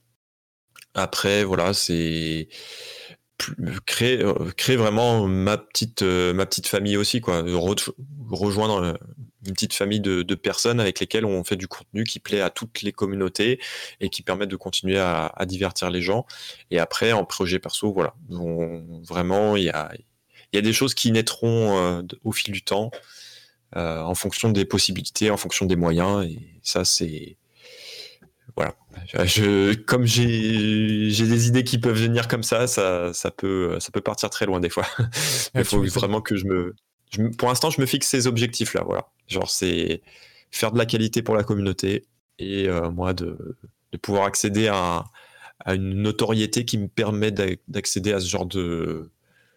Après, voilà, c'est plus- créer, euh, créer vraiment ma petite, euh, ma petite famille aussi, quoi. Re- rejoindre euh, une petite famille de, de personnes avec lesquelles on fait du contenu qui plaît à toutes les communautés et qui permettent de continuer à, à divertir les gens. Et après, en projet perso, voilà. On- vraiment, il y a, il y a des choses qui naîtront euh, de- au fil du temps, euh, en fonction des possibilités, en fonction des moyens. Et ça, c'est voilà. Je, comme j'ai j'ai des idées qui peuvent venir comme ça, ça, ça peut ça peut partir très loin des fois. Mais Ah, il tu faut m'étonnes. vraiment que je me, je me- pour l'instant, je me fixe ces objectifs là. Voilà. Genre c'est faire de la qualité pour la communauté et euh, moi de, de pouvoir accéder à, à une notoriété qui me permet d'ac- d'accéder à ce genre de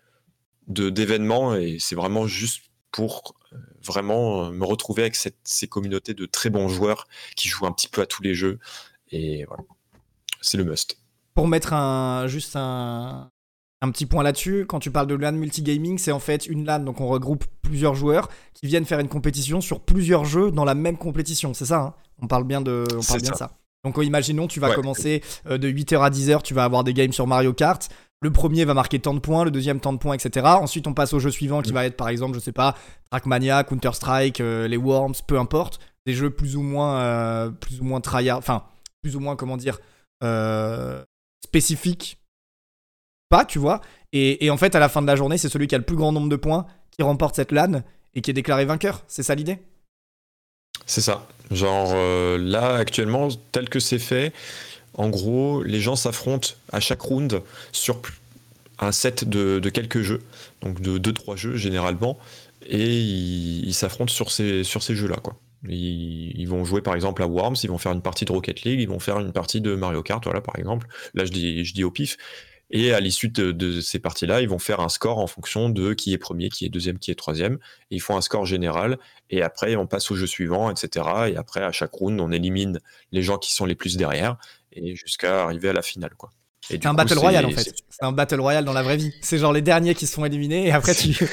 de d'événements et c'est vraiment juste pour euh, vraiment euh, me retrouver avec cette, ces communautés de très bons joueurs qui jouent un petit peu à tous les jeux et voilà. C'est le must. Pour mettre un, juste un, un petit point là-dessus, quand tu parles de LAN multigaming, c'est en fait une LAN, donc on regroupe plusieurs joueurs qui viennent faire une compétition sur plusieurs jeux dans la même compétition, c'est ça, hein? On parle bien de, on parle C'est bien de ça. ça. Donc euh, imaginons, tu vas Ouais, commencer euh, de huit heures à dix heures, tu vas avoir des games sur Mario Kart. Le premier va marquer tant de points, le deuxième tant de points, et cetera. Ensuite, on passe au jeu suivant qui va être, par exemple, je sais pas, Trackmania, Counter-Strike, euh, les Worms, peu importe. Des jeux plus ou moins, euh, plus ou moins tryhard, enfin, plus ou moins, comment dire, euh, spécifiques, pas, tu vois. Et, et en fait, à la fin de la journée, c'est celui qui a le plus grand nombre de points qui remporte cette LAN et qui est déclaré vainqueur. C'est ça l'idée? c'est ça. Genre euh, là, actuellement, tel que c'est fait, en gros, les gens s'affrontent à chaque round sur p- un set de, de quelques jeux, donc de deux trois jeux généralement, et ils ils s'affrontent sur ces, sur ces jeux-là, quoi. Ils, ils vont jouer par exemple à Worms, ils vont faire une partie de Rocket League, ils vont faire une partie de Mario Kart, voilà, par exemple. Là, je dis, je dis au pif. Et à l'issue de, de ces parties-là, ils vont faire un score en fonction de qui est premier, qui est deuxième, qui est troisième. Et ils font un score général. Et après, on passe au jeu suivant, et cetera. Et après, à chaque round, on élimine les gens qui sont les plus derrière, et jusqu'à arriver à la finale, quoi. Et C'est du un coup, battle royale en c'est c'est fait. C'est un battle royale dans la vraie vie. C'est genre les derniers qui se font éliminer et après tu.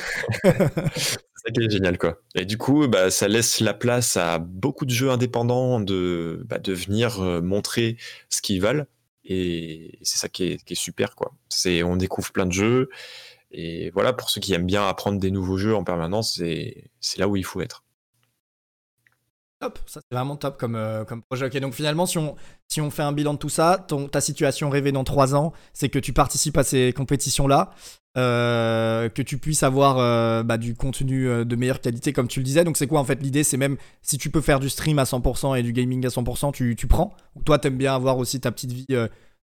ça qui est génial, quoi. Et du coup, bah, ça laisse la place à beaucoup de jeux indépendants de, bah, de venir euh, montrer ce qu'ils valent. Et c'est ça qui est, qui est super, quoi. C'est, on découvre plein de jeux. Et voilà, pour ceux qui aiment bien apprendre des nouveaux jeux en permanence, c'est, c'est là où il faut être. Top, ça c'est vraiment top comme, euh, comme projet. Ok, donc finalement, si on, si on fait un bilan de tout ça, ton, ta situation rêvée dans trois ans, c'est que tu participes à ces compétitions-là, euh, que tu puisses avoir euh, bah, du contenu euh, de meilleure qualité, comme tu le disais. Donc c'est quoi en fait l'idée? C'est même si tu peux faire du stream à cent pour cent et du gaming à cent pour cent, tu, tu prends? Ou toi, t'aimes bien avoir aussi ta petite vie euh,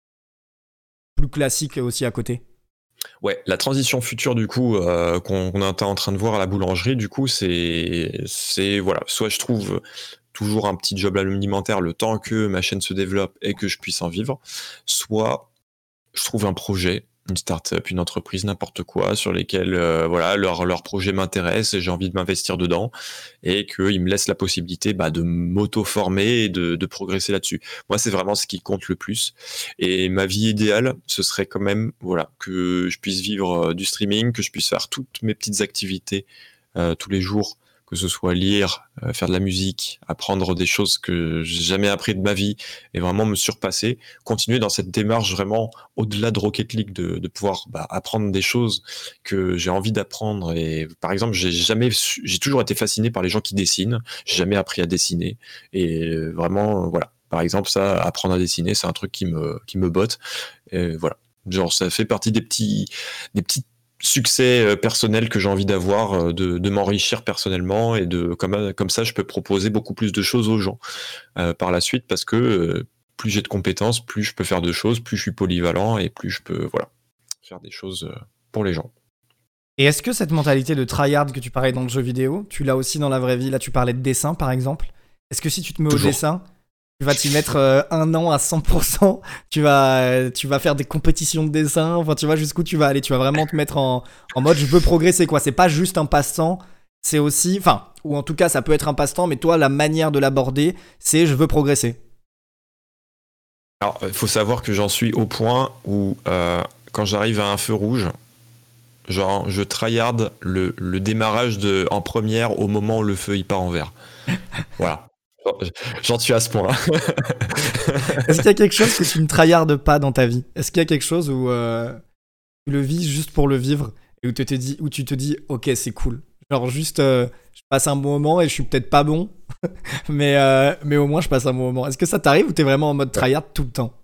plus classique aussi à côté? Ouais, la transition future, du coup, euh, qu'on, qu'on est en train de voir à la boulangerie, du coup, c'est, c'est, voilà, soit je trouve toujours un petit job alimentaire le temps que ma chaîne se développe et que je puisse en vivre, soit je trouve un projet, une start-up, une entreprise, n'importe quoi, sur lesquels euh, voilà, leur, leur projet m'intéresse et j'ai envie de m'investir dedans et qu'ils me laissent la possibilité bah, de m'auto-former et de, de progresser là-dessus. Moi, c'est vraiment ce qui compte le plus. Et ma vie idéale, ce serait quand même voilà, que je puisse vivre euh, du streaming, que je puisse faire toutes mes petites activités euh, tous les jours, que ce soit lire, euh, faire de la musique, apprendre des choses que j'ai jamais appris de ma vie et vraiment me surpasser, continuer dans cette démarche vraiment au-delà de Rocket League, de, de pouvoir bah, apprendre des choses que j'ai envie d'apprendre. Et par exemple, j'ai jamais, su- j'ai toujours été fasciné par les gens qui dessinent. J'ai jamais appris à dessiner. Et euh, vraiment, euh, voilà. Par exemple, ça, apprendre à dessiner, c'est un truc qui me, qui me botte. Et voilà. Genre, ça fait partie des petits, des petits succès euh, personnels que j'ai envie d'avoir, euh, de, de m'enrichir personnellement et de comme, comme ça, je peux proposer beaucoup plus de choses aux gens euh, par la suite parce que euh, plus j'ai de compétences, plus je peux faire de choses, plus je suis polyvalent et plus je peux voilà faire des choses euh, pour les gens. Et est-ce que cette mentalité de tryhard que tu parlais dans le jeu vidéo, tu l'as aussi dans la vraie vie? Là, tu parlais de dessin, par exemple. Est-ce que si tu te mets au Toujours. dessin, tu vas t'y mettre euh, un an à cent pour cent, tu vas, euh, tu vas faire des compétitions de dessin, enfin, tu vois jusqu'où tu vas aller, tu vas vraiment te mettre en, en mode je veux progresser, quoi. C'est pas juste un passe-temps, c'est aussi, enfin, ou en tout cas, ça peut être un passe-temps, mais toi, la manière de l'aborder, c'est je veux progresser. Alors, il faut savoir que j'en suis au point où euh, quand j'arrive à un feu rouge, genre, je tryhard le, le démarrage de, en première au moment où le feu il part en vert. Voilà. J'en suis à ce point-là. Est-ce qu'il y a quelque chose que tu ne tryhardes pas dans ta vie? Est-ce qu'il y a quelque chose où euh, tu le vis juste pour le vivre et où, tu te dis, où tu te dis ok, c'est cool. Genre juste, euh, je passe un bon moment et je suis peut-être pas bon, mais, euh, mais au moins je passe un bon moment. Est-ce que ça t'arrive ou t'es vraiment en mode tryhard tout le temps?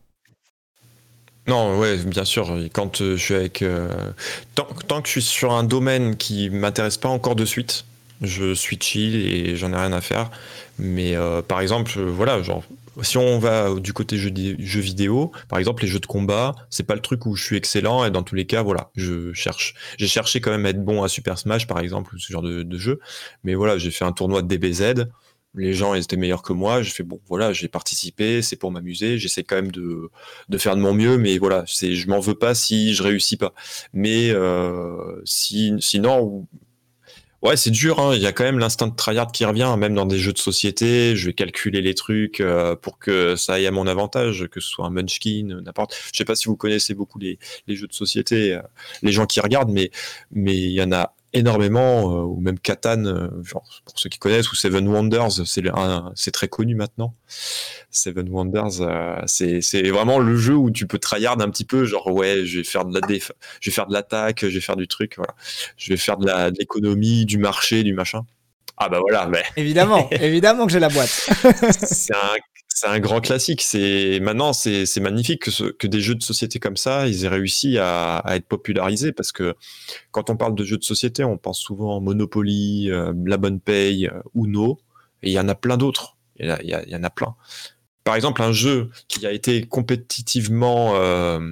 Non, ouais, bien sûr. Quand euh, je suis avec. euh, tant, tant que je suis sur un domaine qui m'intéresse pas encore de suite, je suis chill et j'en ai rien à faire. Mais euh, par exemple, euh, voilà, genre, si on va du côté jeux, di- jeux vidéo, par exemple, les jeux de combat, c'est pas le truc où je suis excellent et dans tous les cas, voilà, je cherche. J'ai cherché quand même à être bon à Super Smash, par exemple, ou ce genre de, de jeu. Mais voilà, j'ai fait un tournoi de D B Z. Les gens, ils étaient meilleurs que moi. J'ai fait, bon, voilà, j'ai participé, c'est pour m'amuser. J'essaie quand même de de faire de mon mieux, mais voilà, c'est, je m'en veux pas si je réussis pas. Mais euh, si, sinon, ouais, c'est dur, hein. Il y a quand même l'instinct de tryhard qui revient, même dans des jeux de société. Je vais calculer les trucs euh, pour que ça aille à mon avantage, que ce soit un Munchkin, n'importe. Je sais pas si vous connaissez beaucoup les, les jeux de société, euh, les gens qui regardent, mais mais il y en a énormément, euh, ou même Catan, euh, genre, pour ceux qui connaissent, ou Seven Wonders, c'est le- un- c'est très connu maintenant. Seven Wonders, euh, c'est c'est vraiment le jeu où tu peux tryhard un petit peu, genre ouais, je vais faire de la déf, je vais faire de l'attaque, je vais faire du truc, voilà, je vais faire de la de l'économie, du marché, du machin. Ah bah voilà, mais Évidemment, évidemment que j'ai la boîte. c'est un c'est un grand classique. C'est maintenant c'est c'est magnifique que ce, que des jeux de société comme ça, ils aient réussi à, à être popularisés parce que quand on parle de jeux de société, on pense souvent Monopoly, euh, La Bonne Paye, euh, Uno, et il y en a plein d'autres. Il y, a- il y a- il y en a plein. Par exemple, un jeu qui a été compétitivement euh,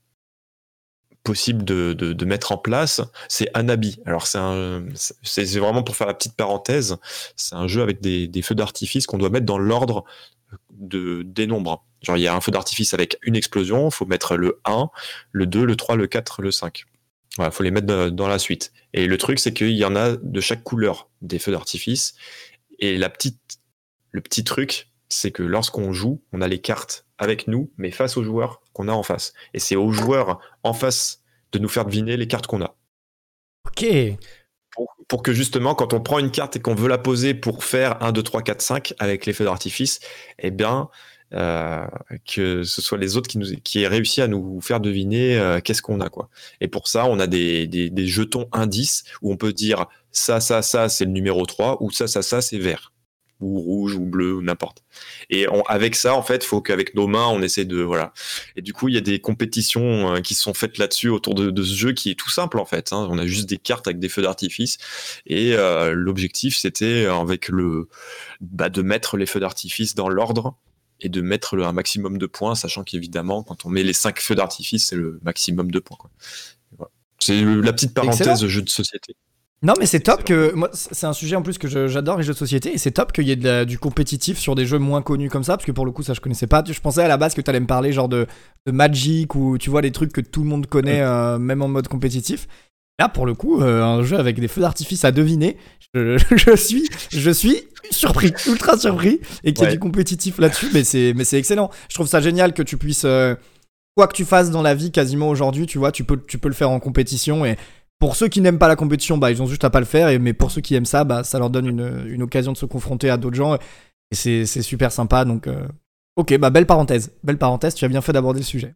possible de, de, de mettre en place, c'est Anabi. Alors c'est un, c'est c'est vraiment pour faire la petite parenthèse, c'est un jeu avec des, des feux d'artifice qu'on doit mettre dans l'ordre de, des nombres. Genre il y a un feu d'artifice avec une explosion, il faut mettre le un, le deux, le trois, le quatre, le cinq. Voilà, faut les mettre dans, dans la suite. Et le truc, c'est qu'il y en a de chaque couleur des feux d'artifice. Et la petite, le petit truc, c'est que lorsqu'on joue, on a les cartes avec nous, mais face aux joueurs qu'on a en face. Et c'est aux joueurs en face de nous faire deviner les cartes qu'on a. Ok. Pour, pour que justement, quand on prend une carte et qu'on veut la poser pour faire un, deux, trois, quatre, cinq avec les feux d'artifice, eh bien, euh, que ce soit les autres qui, nous, qui aient réussi à nous faire deviner euh, qu'est-ce qu'on a, quoi. Et pour ça, on a des, des, des jetons indices où on peut dire ça, ça, ça, c'est le numéro trois, ou ça, ça, ça, c'est vert, ou rouge, ou bleu, ou n'importe. Et on, avec ça, en fait, il faut qu'avec nos mains, on essaie de... Voilà. Et du coup, il y a des compétitions euh, qui sont faites là-dessus autour de, de ce jeu qui est tout simple, en fait. Hein. On a juste des cartes avec des feux d'artifice. Et euh, l'objectif, c'était, avec le... Bah, de mettre les feux d'artifice dans l'ordre et de mettre le, un maximum de points, sachant qu'évidemment, quand on met les cinq feux d'artifice, c'est le maximum de points, quoi. Voilà. C'est le, la petite parenthèse jeu de société. Non, mais c'est top que. Moi, c'est un sujet en plus que je- j'adore, les jeux de société, et c'est top qu'il y ait de la- du compétitif sur des jeux moins connus comme ça, parce que pour le coup, ça je connaissais pas. Je pensais à la base que t'allais me parler genre de, de Magic ou tu vois, les trucs que tout le monde connaît, euh, même en mode compétitif. Là, pour le coup, euh, un jeu avec des feux d'artifice à deviner, je, je suis, je suis surpris, ultra surpris, et qu'il y ait Ouais. du compétitif là-dessus, mais c'est, mais c'est excellent. Je trouve ça génial que tu puisses, euh, quoi que tu fasses dans la vie quasiment aujourd'hui, tu vois, tu peux, tu peux le faire en compétition, et pour ceux qui n'aiment pas la compétition, bah, ils ont juste à pas le faire, et, mais pour ceux qui aiment ça, bah, ça leur donne une, une occasion de se confronter à d'autres gens, et c'est, c'est super sympa, donc, euh, ok, bah, belle parenthèse, belle parenthèse, tu as bien fait d'aborder le sujet.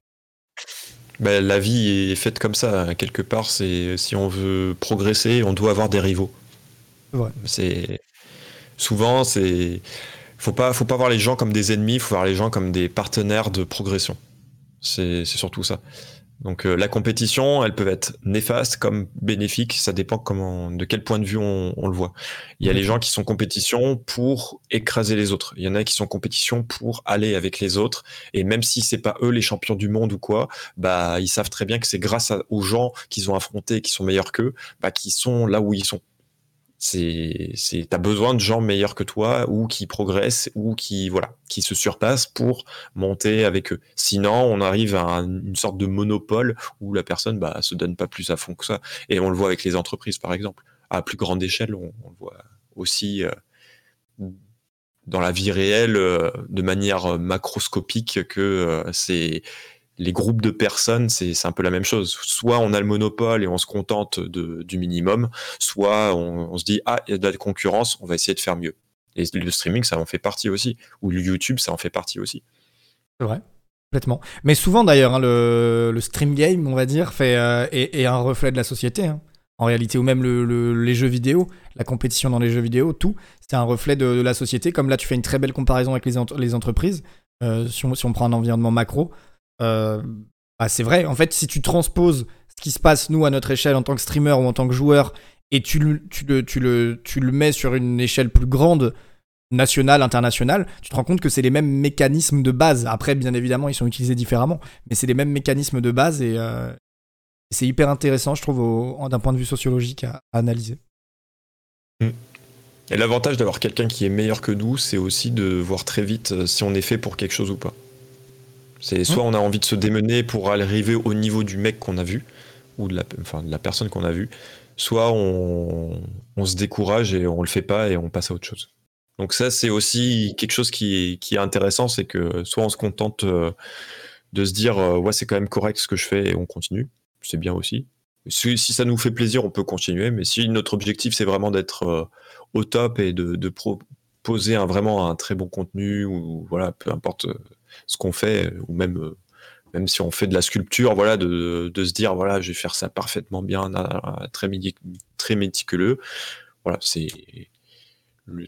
Ben, la vie est faite comme ça, quelque part. C'est, si on veut progresser, on doit avoir des rivaux. Ouais. C'est, souvent, c'est, faut pas, faut pas voir les gens comme des ennemis, faut voir les gens comme des partenaires de progression. C'est, c'est surtout ça. Donc euh, la compétition, elle peut être néfaste comme bénéfique, ça dépend comment, de quel point de vue on, on le voit. Il y a les gens qui sont compétition pour écraser les autres. Il y en a qui sont compétition pour aller avec les autres. Et même si c'est pas eux les champions du monde ou quoi, bah ils savent très bien que c'est grâce à, aux gens qu'ils ont affrontés, qui sont meilleurs qu'eux, bah qui sont là où ils sont. C'est, c'est, t'as besoin de gens meilleurs que toi ou qui progressent ou qui, voilà, qui se surpassent pour monter avec eux. Sinon, on arrive à un- une sorte de monopole où la personne, bah, se donne pas plus à fond que ça. Et on le voit avec les entreprises, par exemple. À plus grande échelle, on, on le voit aussi euh, dans la vie réelle euh, de manière macroscopique que euh, c'est les groupes de personnes, c'est, c'est un peu la même chose. Soit on a le monopole et on se contente de, du minimum, soit on, on se dit ah, il y a de la concurrence, on va essayer de faire mieux. Et le streaming, ça en fait partie aussi. Ou le YouTube, ça en fait partie aussi. C'est vrai, complètement. Mais souvent d'ailleurs, hein, le, le stream game, on va dire, fait, euh, est, est un reflet de la société, hein, en réalité, ou même le, le- les jeux vidéo, la compétition dans les jeux vidéo, tout, c'est un reflet de, de la société. Comme là, tu fais une très belle comparaison avec les, ent- les entreprises, euh, si, on, si on prend un environnement macro. Euh, bah, c'est vrai, en fait, si tu transposes ce qui se passe, nous, à notre échelle, en tant que streamer ou en tant que joueur, et tu le, tu le, tu le, tu le mets sur une échelle plus grande, nationale, internationale, tu te rends compte que c'est les mêmes mécanismes de base. Après, bien évidemment, ils sont utilisés différemment, mais c'est les mêmes mécanismes de base et euh, c'est hyper intéressant, je trouve, au- d'un point de vue sociologique à, à analyser. Mm. Et l'avantage d'avoir quelqu'un qui est meilleur que nous, c'est aussi de voir très vite euh, si on est fait pour quelque chose ou pas. C'est soit on a envie de se démener pour arriver au niveau du mec qu'on a vu, ou de la, enfin, de la personne qu'on a vue, soit on, on se décourage et on le fait pas et on passe à autre chose. Donc ça, c'est aussi quelque chose qui est, qui est intéressant, c'est que soit on se contente euh, de se dire euh, ouais, c'est quand même correct ce que je fais et on continue, c'est bien aussi. Si, si ça nous fait plaisir, on peut continuer, mais si notre objectif c'est vraiment d'être euh, au top et de, de proposer un, vraiment un très bon contenu, ou voilà, peu importe euh, ce qu'on fait, ou même euh, même si on fait de la sculpture, voilà, de, de se dire voilà, je vais faire ça parfaitement bien, na- très, médic- très méticuleux. Voilà, c'est le-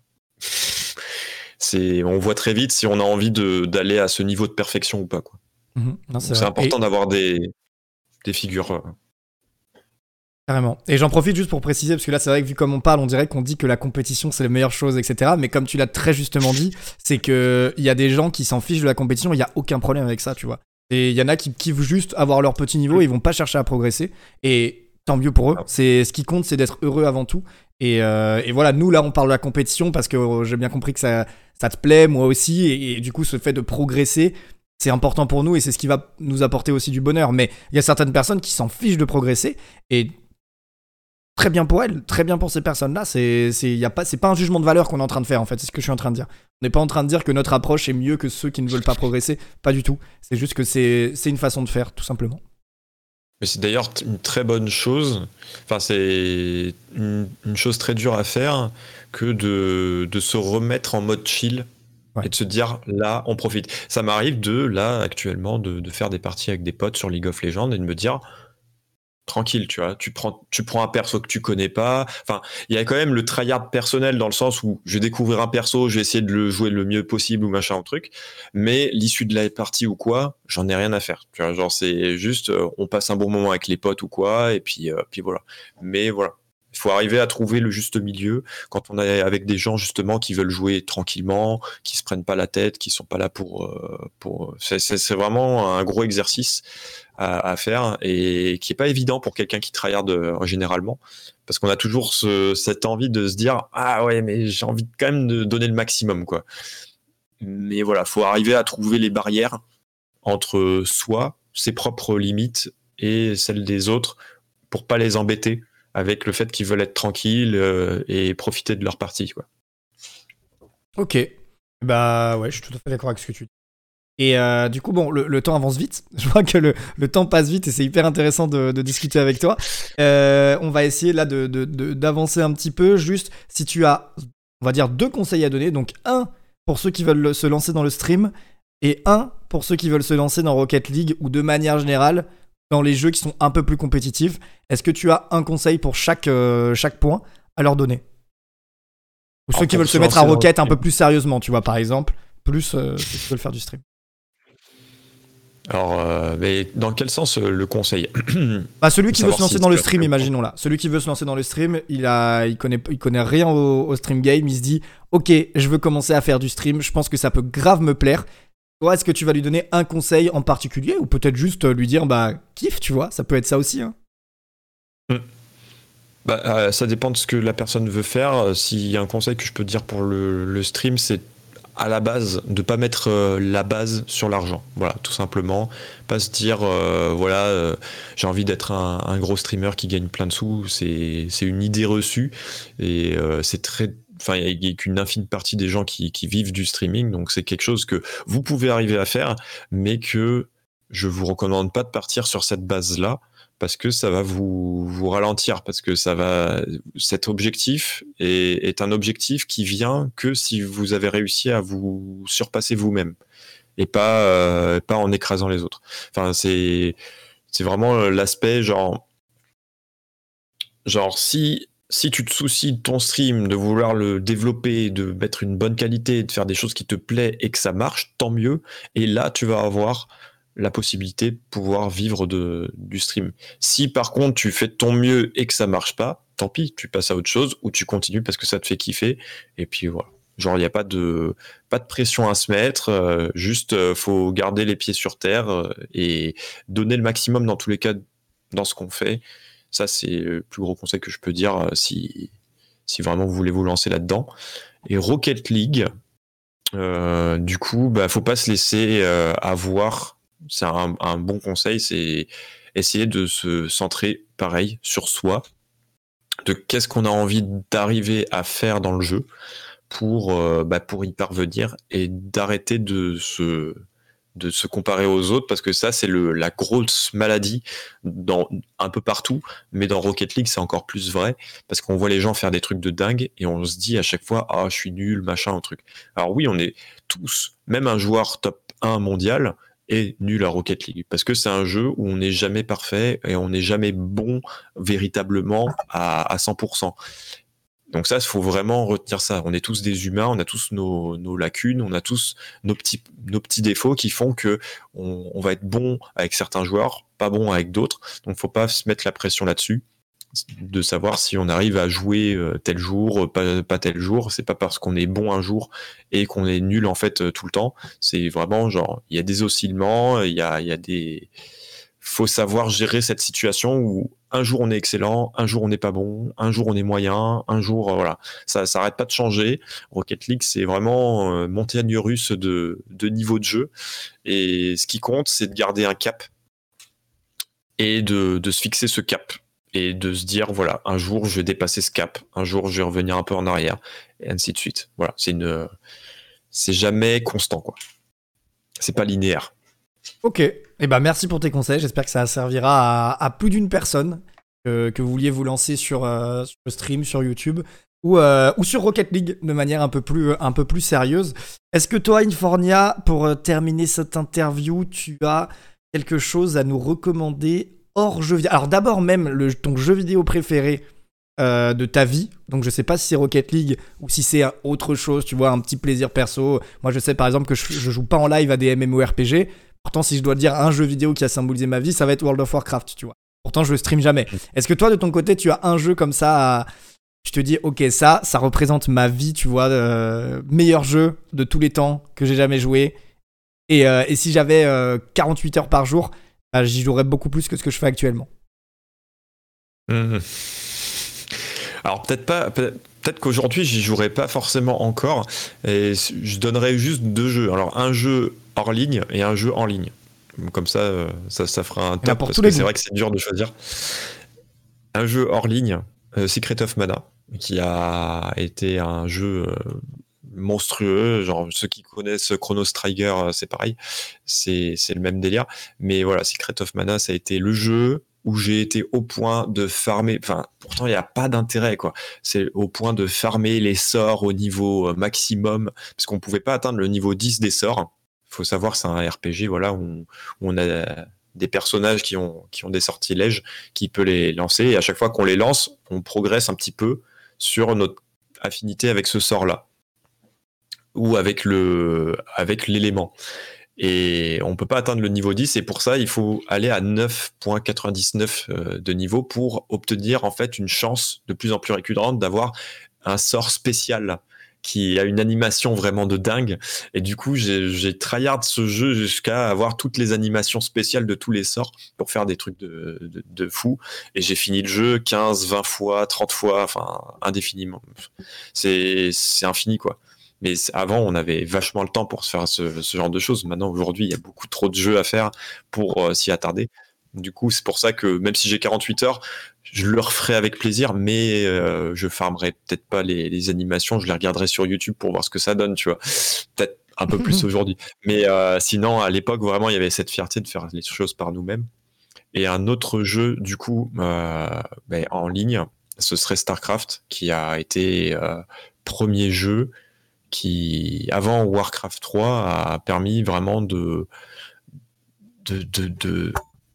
c'est on voit très vite si on a envie de d'aller à ce niveau de perfection ou pas, quoi. Mhm. Non, c'est Donc c'est vrai. important Et, d'avoir des des figures. euh, carrément. Et j'en profite juste pour préciser, parce que là, c'est vrai que vu comme on parle, on dirait qu'on dit que la compétition, c'est la meilleure chose, et cetera. Mais comme tu l'as très justement dit, c'est qu'il y a des gens qui s'en fichent de la compétition, il n'y a aucun problème avec ça, tu vois. Et il y en a qui kiffent juste avoir leur petit niveau, ils vont pas chercher à progresser. Et tant mieux pour eux. C'est, ce qui compte, c'est d'être heureux avant tout. Et, euh, et voilà, nous, là, on parle de la compétition parce que euh, j'ai bien compris que ça, ça te plaît, moi aussi. Et, et du coup, ce fait de progresser, c'est important pour nous et c'est ce qui va nous apporter aussi du bonheur. Mais il y a certaines personnes qui s'en fichent de progresser. Et très bien pour elles, très bien pour ces personnes-là. C'est, c'est, y a pas, c'est pas un jugement de valeur qu'on est en train de faire, en fait. C'est ce que je suis en train de dire. On n'est pas en train de dire que notre approche est mieux que ceux qui ne veulent pas progresser. Pas du tout. C'est juste que c'est, c'est une façon de faire, tout simplement. Mais c'est d'ailleurs t- une très bonne chose. Enfin, c'est une, une chose très dure à faire que de, de se remettre en mode chill Ouais. et de se dire là, on profite. Ça m'arrive de, là, actuellement, de, de faire des parties avec des potes sur League of Legends et de me dire tranquille, tu vois, tu prends, tu prends un perso que tu connais pas. Enfin, il y a quand même le tryhard personnel dans le sens où je vais découvrir un perso, je vais essayer de le jouer le mieux possible ou machin, un truc. Mais l'issue de la partie ou quoi, j'en ai rien à faire. Tu vois, genre c'est juste, euh, on passe un bon moment avec les potes ou quoi, et puis, euh, puis voilà. Mais voilà. Il faut arriver à trouver le juste milieu quand on est avec des gens justement qui veulent jouer tranquillement, qui se prennent pas la tête, qui sont pas là pour euh, pour. C'est, c'est, c'est vraiment un gros exercice à, à faire et qui est pas évident pour quelqu'un qui tryhard euh, généralement parce qu'on a toujours ce, cette envie de se dire ah ouais mais j'ai envie quand même de donner le maximum quoi. Mais voilà, faut arriver à trouver les barrières entre soi, ses propres limites et celles des autres pour pas les embêter avec le fait qu'ils veulent être tranquilles euh, et profiter de leur partie quoi. Ok. Bah ouais, je suis tout à fait d'accord avec ce que tu dis. Et euh, du coup, bon, le, le temps avance vite. Je vois que le, le temps passe vite et c'est hyper intéressant de, de discuter avec toi. Euh, on va essayer là de, de, de- d'avancer un petit peu. Juste, si tu as, on va dire, deux conseils à donner. Donc, un pour ceux qui veulent le- se lancer dans le stream et un pour ceux qui veulent se lancer dans Rocket League ou de manière générale dans les jeux qui sont un peu plus compétitifs. Est-ce que tu as un conseil pour chaque, euh, chaque point à leur donner? Ou ceux Alors, qui pour veulent se se mettre à lancer dans le Rocket un peu stream. plus sérieusement, tu vois, par exemple, plus euh, ceux qui veulent faire du stream. Alors, euh, mais dans quel sens euh, le conseil? Bah, celui qui veut se Savoir lancer si dans le tu as stream, fait- imaginons là. Celui qui veut se lancer dans le stream, il a, il connaît, il connaît rien au, au stream game. Il se dit, ok, je veux commencer à faire du stream. Je pense que ça peut grave me plaire. Toi, est-ce que tu vas lui donner un conseil en particulier ou peut-être juste lui dire, bah, kiffe, tu vois? Ça peut être ça aussi, hein. Hmm. Bah, euh, ça dépend de ce que la personne veut faire. Euh, S'il y a un conseil que je peux te dire pour le, le stream, c'est à la base de pas mettre euh, la base sur l'argent. Voilà, tout simplement. Pas se dire, euh, voilà, euh, j'ai envie d'être un, un gros streamer qui gagne plein de sous. C'est, c'est une idée reçue et euh, c'est très. Enfin, il n'y a qu'une infime partie des gens qui, qui vivent du streaming, donc c'est quelque chose que vous pouvez arriver à faire, mais que je vous recommande pas de partir sur cette base-là parce que ça va vous, vous ralentir, parce que ça va, cet objectif est, est un objectif qui vient que si vous avez réussi à vous surpasser vous-même et pas, euh, pas en écrasant les autres. Enfin, c'est, c'est vraiment l'aspect genre, genre si, si tu te soucies de ton stream, de vouloir le développer, de mettre une bonne qualité, de faire des choses qui te plaisent et que ça marche, tant mieux. Et là, tu vas avoir la possibilité de pouvoir vivre de, du stream. Si par contre tu fais de ton mieux et que ça marche pas, tant pis, tu passes à autre chose ou tu continues parce que ça te fait kiffer. Et puis voilà. Genre, il n'y a pas de, pas de pression à se mettre, euh, juste euh, faut garder les pieds sur terre euh, et donner le maximum dans tous les cas dans ce qu'on fait. Ça, c'est le plus gros conseil que je peux dire euh, si, si vraiment vous voulez vous lancer là-dedans. Et Rocket League, euh, du coup, bah, faut pas se laisser euh, avoir. C'est un, un bon conseil, c'est essayer de se centrer pareil sur soi, de qu'est-ce qu'on a envie d'arriver à faire dans le jeu pour, euh, bah, pour y parvenir et d'arrêter de se, de se comparer aux autres parce que ça, c'est le, la grosse maladie dans, un peu partout, mais dans Rocket League, c'est encore plus vrai parce qu'on voit les gens faire des trucs de dingue et on se dit à chaque fois, ah, je suis nul, machin, un truc. Alors oui, on est tous, même un joueur top un mondial, est nul à Rocket League parce que c'est un jeu où on n'est jamais parfait et on n'est jamais bon véritablement à, à cent pour cent. Donc ça, il faut vraiment retenir ça. On est tous des humains, on a tous nos, nos lacunes, on a tous nos petits, nos petits défauts qui font que on, on va être bon avec certains joueurs, pas bon avec d'autres. Donc faut pas se mettre la pression là-dessus, de savoir si on arrive à jouer tel jour, pas, pas tel jour. C'est pas parce qu'on est bon un jour et qu'on est nul en fait tout le temps. C'est vraiment genre, il y a des oscillements, il y a, il y a des... Faut savoir gérer cette situation où un jour on est excellent, un jour on n'est pas bon, un jour on est moyen, un jour, euh, voilà. Ça s'arrête pas de changer. Rocket League, c'est vraiment euh, montagne russe de, de niveau de jeu. Et ce qui compte, c'est de garder un cap et de, de se fixer ce cap. Et de se dire, voilà, un jour je vais dépasser ce cap, un jour je vais revenir un peu en arrière, et ainsi de suite. Voilà, c'est une, c'est jamais constant, quoi. C'est pas linéaire. Ok, et eh ben merci pour tes conseils. J'espère que ça servira à, à plus d'une personne que, que vous vouliez vous lancer sur, euh, sur le stream, sur YouTube ou, euh, ou sur Rocket League de manière un peu plus, un peu plus sérieuse. Est-ce que toi, Infornia, pour euh, terminer cette interview, tu as quelque chose à nous recommander hors jeu vidéo? Alors d'abord même le, ton jeu vidéo préféré euh, de ta vie. Donc je sais pas si c'est Rocket League ou si c'est autre chose, tu vois, un petit plaisir perso. Moi je sais par exemple que je, je joue pas en live à des MMORPG. Pourtant, si je dois dire un jeu vidéo qui a symbolisé ma vie, ça va être World of Warcraft, tu vois. Pourtant, je le stream jamais. Est-ce que toi, de ton côté, tu as un jeu comme ça, à... tu te dis, ok, ça, ça représente ma vie, tu vois, euh, meilleur jeu de tous les temps que j'ai jamais joué. Et, euh, et si j'avais euh, quarante-huit heures par jour, bah, j'y jouerais beaucoup plus que ce que je fais actuellement. Mmh. Alors peut-être pas, peut-être qu'aujourd'hui j'y jouerai pas forcément encore. Et je donnerais juste deux jeux. Alors un jeu hors ligne et un jeu en ligne. Comme ça, ça, ça fera un top parce que c'est vrai que c'est dur de choisir. Un jeu hors ligne, euh, Secret of Mana, qui a été un jeu euh, monstrueux. Genre ceux qui connaissent Chrono Trigger, c'est pareil, c'est c'est le même délire. Mais voilà, Secret of Mana, ça a été le jeu où j'ai été au point de farmer, enfin, pourtant il n'y a pas d'intérêt, quoi. C'est au point de farmer les sorts au niveau maximum, parce qu'on ne pouvait pas atteindre le niveau dix des sorts. Il faut savoir que c'est un R P G, voilà, où, où on a des personnages qui ont, qui ont des sortilèges, qui peut les lancer, et à chaque fois qu'on les lance, on progresse un petit peu sur notre affinité avec ce sort-là, ou avec le, avec l'élément. Et on peut pas atteindre le niveau dix, et pour ça, il faut aller à neuf virgule quatre-vingt-dix-neuf euh, de niveau pour obtenir en fait une chance de plus en plus récurrente d'avoir un sort spécial qui a une animation vraiment de dingue. Et du coup, j'ai, j'ai tryhard ce jeu jusqu'à avoir toutes les animations spéciales de tous les sorts pour faire des trucs de, de, de fou. Et j'ai fini le jeu quinze, vingt fois, trente fois, enfin, indéfiniment. C'est, c'est infini, quoi. Mais avant, on avait vachement le temps pour se faire ce, ce genre de choses. Maintenant, aujourd'hui, il y a beaucoup trop de jeux à faire pour euh, s'y attarder. Du coup, c'est pour ça que même si j'ai quarante-huit heures, je le referai avec plaisir, mais euh, je farmerai peut-être pas les, les animations. Je les regarderai sur YouTube pour voir ce que ça donne, tu vois. Peut-être un peu plus aujourd'hui. Mais euh, sinon, à l'époque, vraiment, il y avait cette fierté de faire les choses par nous-mêmes. Et un autre jeu, du coup, euh, ben, en ligne, ce serait StarCraft, qui a été euh, premier jeu qui, avant Warcraft trois, a permis vraiment de, de, de, de,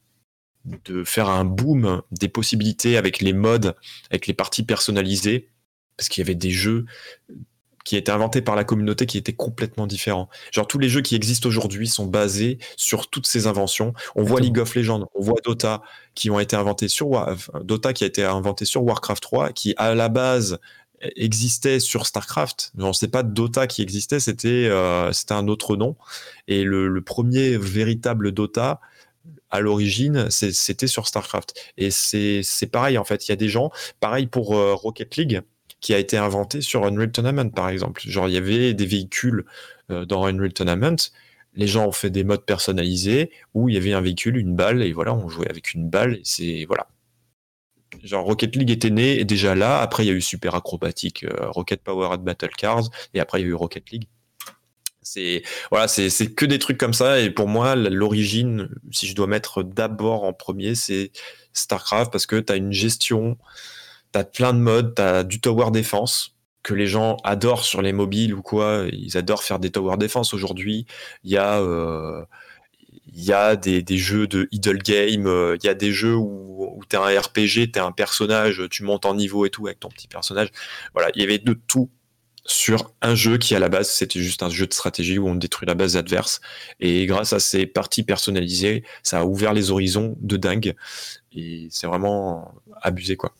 de faire un boom des possibilités avec les mods, avec les parties personnalisées, parce qu'il y avait des jeux qui étaient inventés par la communauté qui étaient complètement différents. Genre, tous les jeux qui existent aujourd'hui sont basés sur toutes ces inventions. On voit League of Legends, on voit Dota, qui ont été inventés sur Dota, qui a été inventé sur Warcraft trois, qui à la base existait sur StarCraft. Non, c'est pas Dota qui existait, c'était euh, c'était un autre nom. Et le, le premier véritable Dota, à l'origine, c'est, c'était sur StarCraft. Et c'est, c'est pareil, en fait. Il y a des gens, pareil pour euh, Rocket League, qui a été inventé sur Unreal Tournament, par exemple. Genre, il y avait des véhicules euh, dans Unreal Tournament. Les gens ont fait des modes personnalisés où il y avait un véhicule, une balle, et voilà, on jouait avec une balle. Et c'est, voilà. Genre Rocket League était né et déjà là, après il y a eu Super Acrobatic, euh, Rocket Powered Battle Cars, et après il y a eu Rocket League. C'est voilà, c'est c'est que des trucs comme ça, et pour moi l'origine, si je dois mettre d'abord en premier, c'est StarCraft, parce que t'as une gestion, t'as plein de modes, t'as du tower defense que les gens adorent sur les mobiles ou quoi, ils adorent faire des tower defense aujourd'hui. Il y a euh, il y a des, des jeux de idle game, euh, il y a des jeux où, où t'es un R P G, t'es un personnage, tu montes en niveau et tout avec ton petit personnage. Voilà, il y avait de tout sur un jeu qui à la base c'était juste un jeu de stratégie où on détruit la base adverse, et grâce à ces parties personnalisées, ça a ouvert les horizons de dingue, et c'est vraiment abusé, quoi.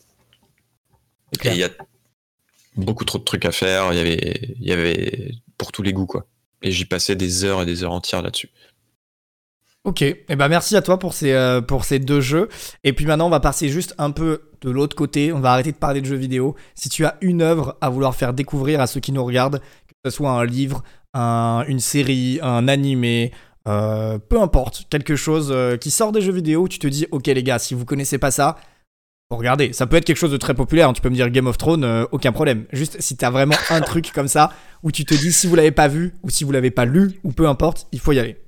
Et il y a beaucoup trop de trucs à faire, il y avait, il y avait pour tous les goûts, quoi. Et j'y passais des heures et des heures entières là-dessus. Ok, et eh ben merci à toi pour ces, euh, pour ces deux jeux. Et puis maintenant, on va passer juste un peu de l'autre côté. On va arrêter de parler de jeux vidéo. Si tu as une œuvre à vouloir faire découvrir à ceux qui nous regardent, que ce soit un livre, un, une série, un animé, euh, peu importe, quelque chose euh, qui sort des jeux vidéo, où tu te dis, ok les gars, si vous connaissez pas ça, faut regarder. Ça peut être quelque chose de très populaire, hein. Tu peux me dire Game of Thrones, euh, aucun problème. Juste si t'as vraiment un truc comme ça, où tu te dis, si vous l'avez pas vu, ou si vous l'avez pas lu, ou peu importe, il faut y aller.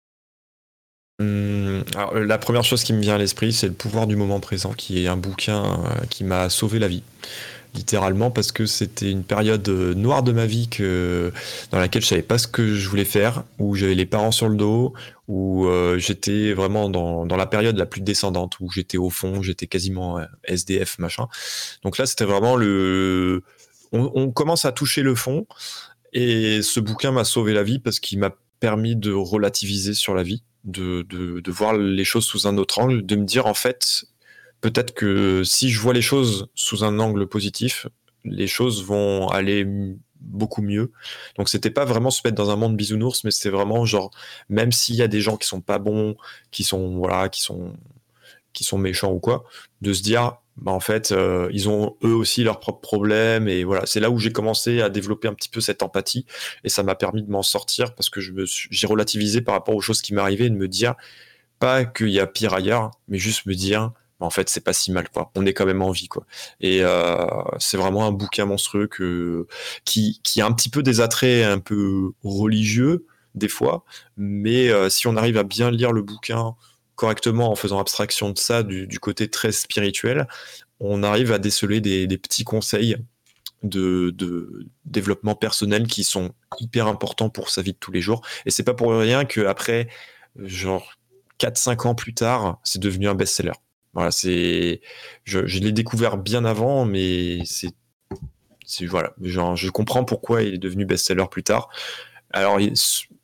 Hum, alors, la première chose qui me vient à l'esprit, c'est Le pouvoir du moment présent, qui est un bouquin euh, qui m'a sauvé la vie, littéralement, parce que c'était une période euh, noire de ma vie que, dans laquelle je savais pas ce que je voulais faire, où j'avais les parents sur le dos, où euh, j'étais vraiment dans, dans la période la plus descendante, où j'étais au fond, j'étais quasiment euh, S D F, machin. Donc là, c'était vraiment le... On, on commence à toucher le fond, et ce bouquin m'a sauvé la vie parce qu'il m'a permis de relativiser sur la vie, de, de, de voir les choses sous un autre angle, de me dire en fait, peut-être que si je vois les choses sous un angle positif, les choses vont aller beaucoup mieux. Donc c'était pas vraiment se mettre dans un monde bisounours, mais c'était vraiment genre, même s'il y a des gens qui sont pas bons, qui sont, voilà, qui sont, qui sont méchants ou quoi, de se dire, bah en fait, euh, ils ont eux aussi leurs propres problèmes, et voilà, c'est là où j'ai commencé à développer un petit peu cette empathie, et ça m'a permis de m'en sortir, parce que je me suis, j'ai relativisé par rapport aux choses qui m'arrivaient, et de me dire, pas qu'il y a pire ailleurs, mais juste me dire, bah en fait, c'est pas si mal, quoi. On est quand même en vie, quoi. Et euh, c'est vraiment un bouquin monstrueux que, qui, qui a un petit peu des attraits un peu religieux, des fois, mais euh, si on arrive à bien lire le bouquin correctement, en faisant abstraction de ça, du, du côté très spirituel, on arrive à déceler des, des petits conseils de, de développement personnel qui sont hyper importants pour sa vie de tous les jours. Et c'est pas pour rien qu'après, genre quatre cinq ans plus tard, c'est devenu un best-seller. Voilà, c'est, je, je l'ai découvert bien avant, mais c'est, c'est voilà, genre, je comprends pourquoi il est devenu best-seller plus tard. Alors, il,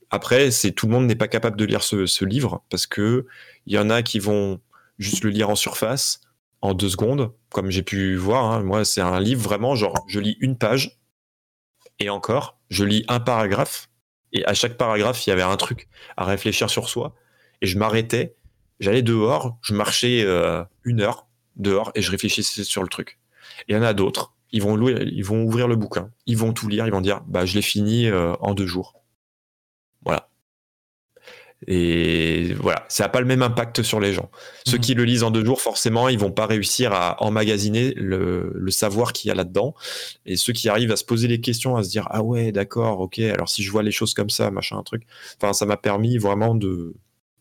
Après, c'est tout le monde n'est pas capable de lire ce, ce livre parce que il y en a qui vont juste le lire en surface, en deux secondes, comme j'ai pu voir. Hein. Moi, c'est un livre vraiment genre, je lis une page et encore, je lis un paragraphe et à chaque paragraphe, il y avait un truc à réfléchir sur soi et je m'arrêtais, j'allais dehors, je marchais euh, une heure dehors et je réfléchissais sur le truc. Et il y en a d'autres, ils vont, louer, ils vont ouvrir le bouquin, ils vont tout lire, ils vont dire, bah, je l'ai fini euh, en deux jours. Voilà. Et voilà, ça n'a pas le même impact sur les gens. Mmh. Ceux qui le lisent en deux jours, forcément, ils vont pas réussir à emmagasiner le, le savoir qu'il y a là-dedans. Et ceux qui arrivent à se poser les questions, à se dire, ah ouais, d'accord, ok, alors si je vois les choses comme ça, machin, un truc. Enfin, ça m'a permis vraiment de,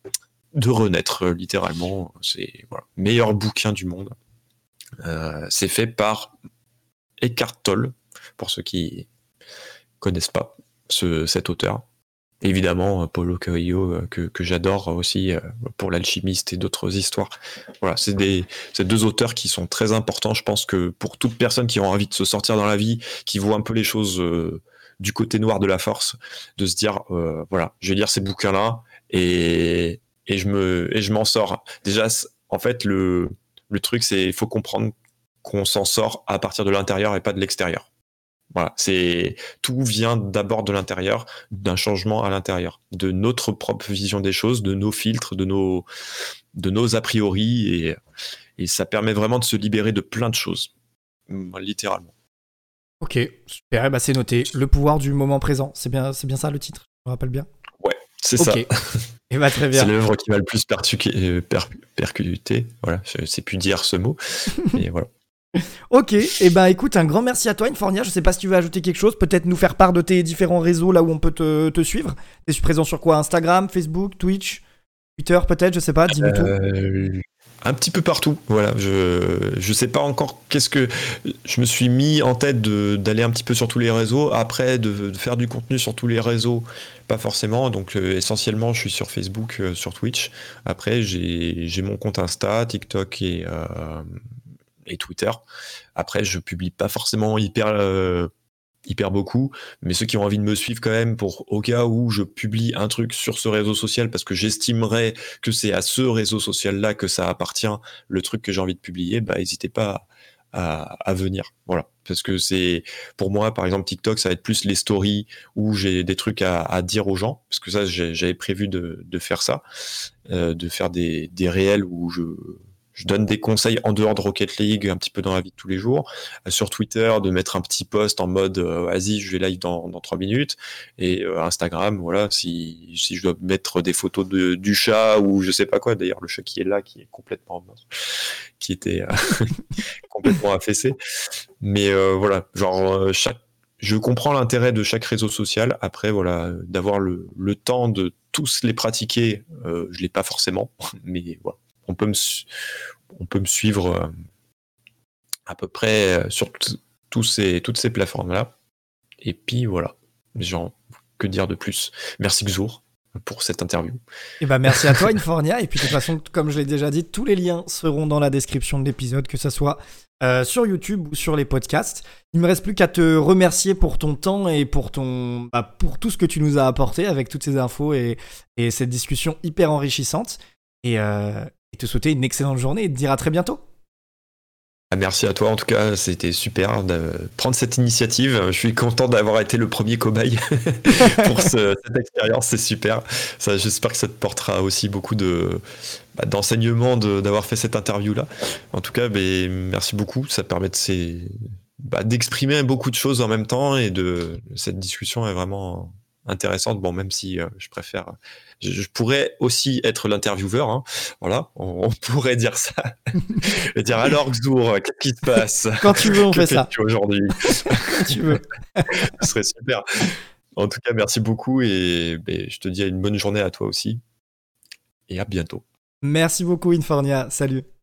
de renaître, littéralement. C'est voilà, meilleur bouquin du monde. Euh, c'est fait par Eckhart Tolle, pour ceux qui connaissent pas ce, cet auteur. Évidemment, Paulo Coelho, que, que j'adore aussi pour l'alchimiste et d'autres histoires. Voilà, c'est des c'est deux auteurs qui sont très importants. Je pense que pour toute personne qui a envie de se sortir dans la vie, qui voit un peu les choses euh, du côté noir de la force, de se dire, euh, voilà, je vais lire ces bouquins-là et, et je me et je m'en sors. Déjà, en fait, le, le truc, c'est il faut comprendre qu'on s'en sort à partir de l'intérieur et pas de l'extérieur. Voilà, c'est tout vient d'abord de l'intérieur, d'un changement à l'intérieur, de notre propre vision des choses, de nos filtres, de nos de nos a priori et et ça permet vraiment de se libérer de plein de choses, littéralement. Ok, super, et bah c'est noté. Le pouvoir du moment présent, c'est bien, c'est bien ça le titre, je me rappelle bien. Ouais, c'est okay. ça. Et bah très bien. C'est l'œuvre qui m'a le plus percuté, per, percuté. Voilà, je sais plus dire ce mot, mais voilà. Ok, et eh ben écoute, un grand merci à toi Infornia, je sais pas si tu veux ajouter quelque chose, peut-être nous faire part de tes différents réseaux là où on peut te, te suivre. T'es présent sur quoi? Instagram, Facebook, Twitch, Twitter peut-être, je sais pas, dis-nous euh, tout. Un petit peu partout, voilà, je, je sais pas encore qu'est-ce que... Je me suis mis en tête de, d'aller un petit peu sur tous les réseaux, après de, de faire du contenu sur tous les réseaux, pas forcément, donc euh, essentiellement je suis sur Facebook, euh, sur Twitch, après j'ai, j'ai mon compte Insta, TikTok et... Euh, et Twitter. Après, je publie pas forcément hyper euh, hyper beaucoup, mais ceux qui ont envie de me suivre quand même pour au cas où je publie un truc sur ce réseau social parce que j'estimerais que c'est à ce réseau social là que ça appartient le truc que j'ai envie de publier, bah n'hésitez pas à, à, à venir. Voilà, parce que c'est pour moi par exemple TikTok ça va être plus les stories où j'ai des trucs à, à dire aux gens parce que ça j'ai, j'avais prévu de, de faire ça, euh, de faire des, des réels où je Je donne des conseils en dehors de Rocket League, un petit peu dans la vie de tous les jours. Euh, sur Twitter, de mettre un petit post en mode euh, vas-y, je vais live dans, dans trois minutes. Et euh, Instagram, voilà, si, si je dois mettre des photos de, du chat ou je sais pas quoi, d'ailleurs, le chat qui est là, qui est complètement mort, qui était euh, complètement affaissé. Mais euh, voilà, genre, euh, chaque, je comprends l'intérêt de chaque réseau social. Après, voilà, d'avoir le, le temps de tous les pratiquer, euh, je l'ai pas forcément, mais voilà. On peut me, on peut me suivre euh, à peu près euh, sur t- tous ces, toutes ces plateformes-là. Et puis voilà, genre, que dire de plus? Merci Xur pour cette interview. Et bah merci à toi Infornia. Et puis de toute façon, comme je l'ai déjà dit, tous les liens seront dans la description de l'épisode, que ce soit euh, sur YouTube ou sur les podcasts. Il me reste plus qu'à te remercier pour ton temps et pour, ton, bah, pour tout ce que tu nous as apporté avec toutes ces infos et, et cette discussion hyper enrichissante. Et... Euh, et te souhaiter une excellente journée et te dire à très bientôt. Merci à toi, en tout cas, c'était super de prendre cette initiative. Je suis content d'avoir été le premier cobaye pour ce, cette expérience, c'est super. Ça, j'espère que ça te portera aussi beaucoup de, bah, d'enseignement de, d'avoir fait cette interview-là. En tout cas, bah, merci beaucoup, ça permet de ces, bah, d'exprimer beaucoup de choses en même temps et de, cette discussion est vraiment intéressante. Bon, même si euh, je préfère... Je, je pourrais aussi être l'intervieweur, hein. Voilà, on, on pourrait dire ça. Et dire alors Xur, qu'est-ce qui se passe? Quand tu veux, on que fait ça. fais-tu aujourd'hui? Quand tu veux. Ce serait super. En tout cas, merci beaucoup et ben, je te dis une bonne journée à toi aussi. Et à bientôt. Merci beaucoup Infornia, salut.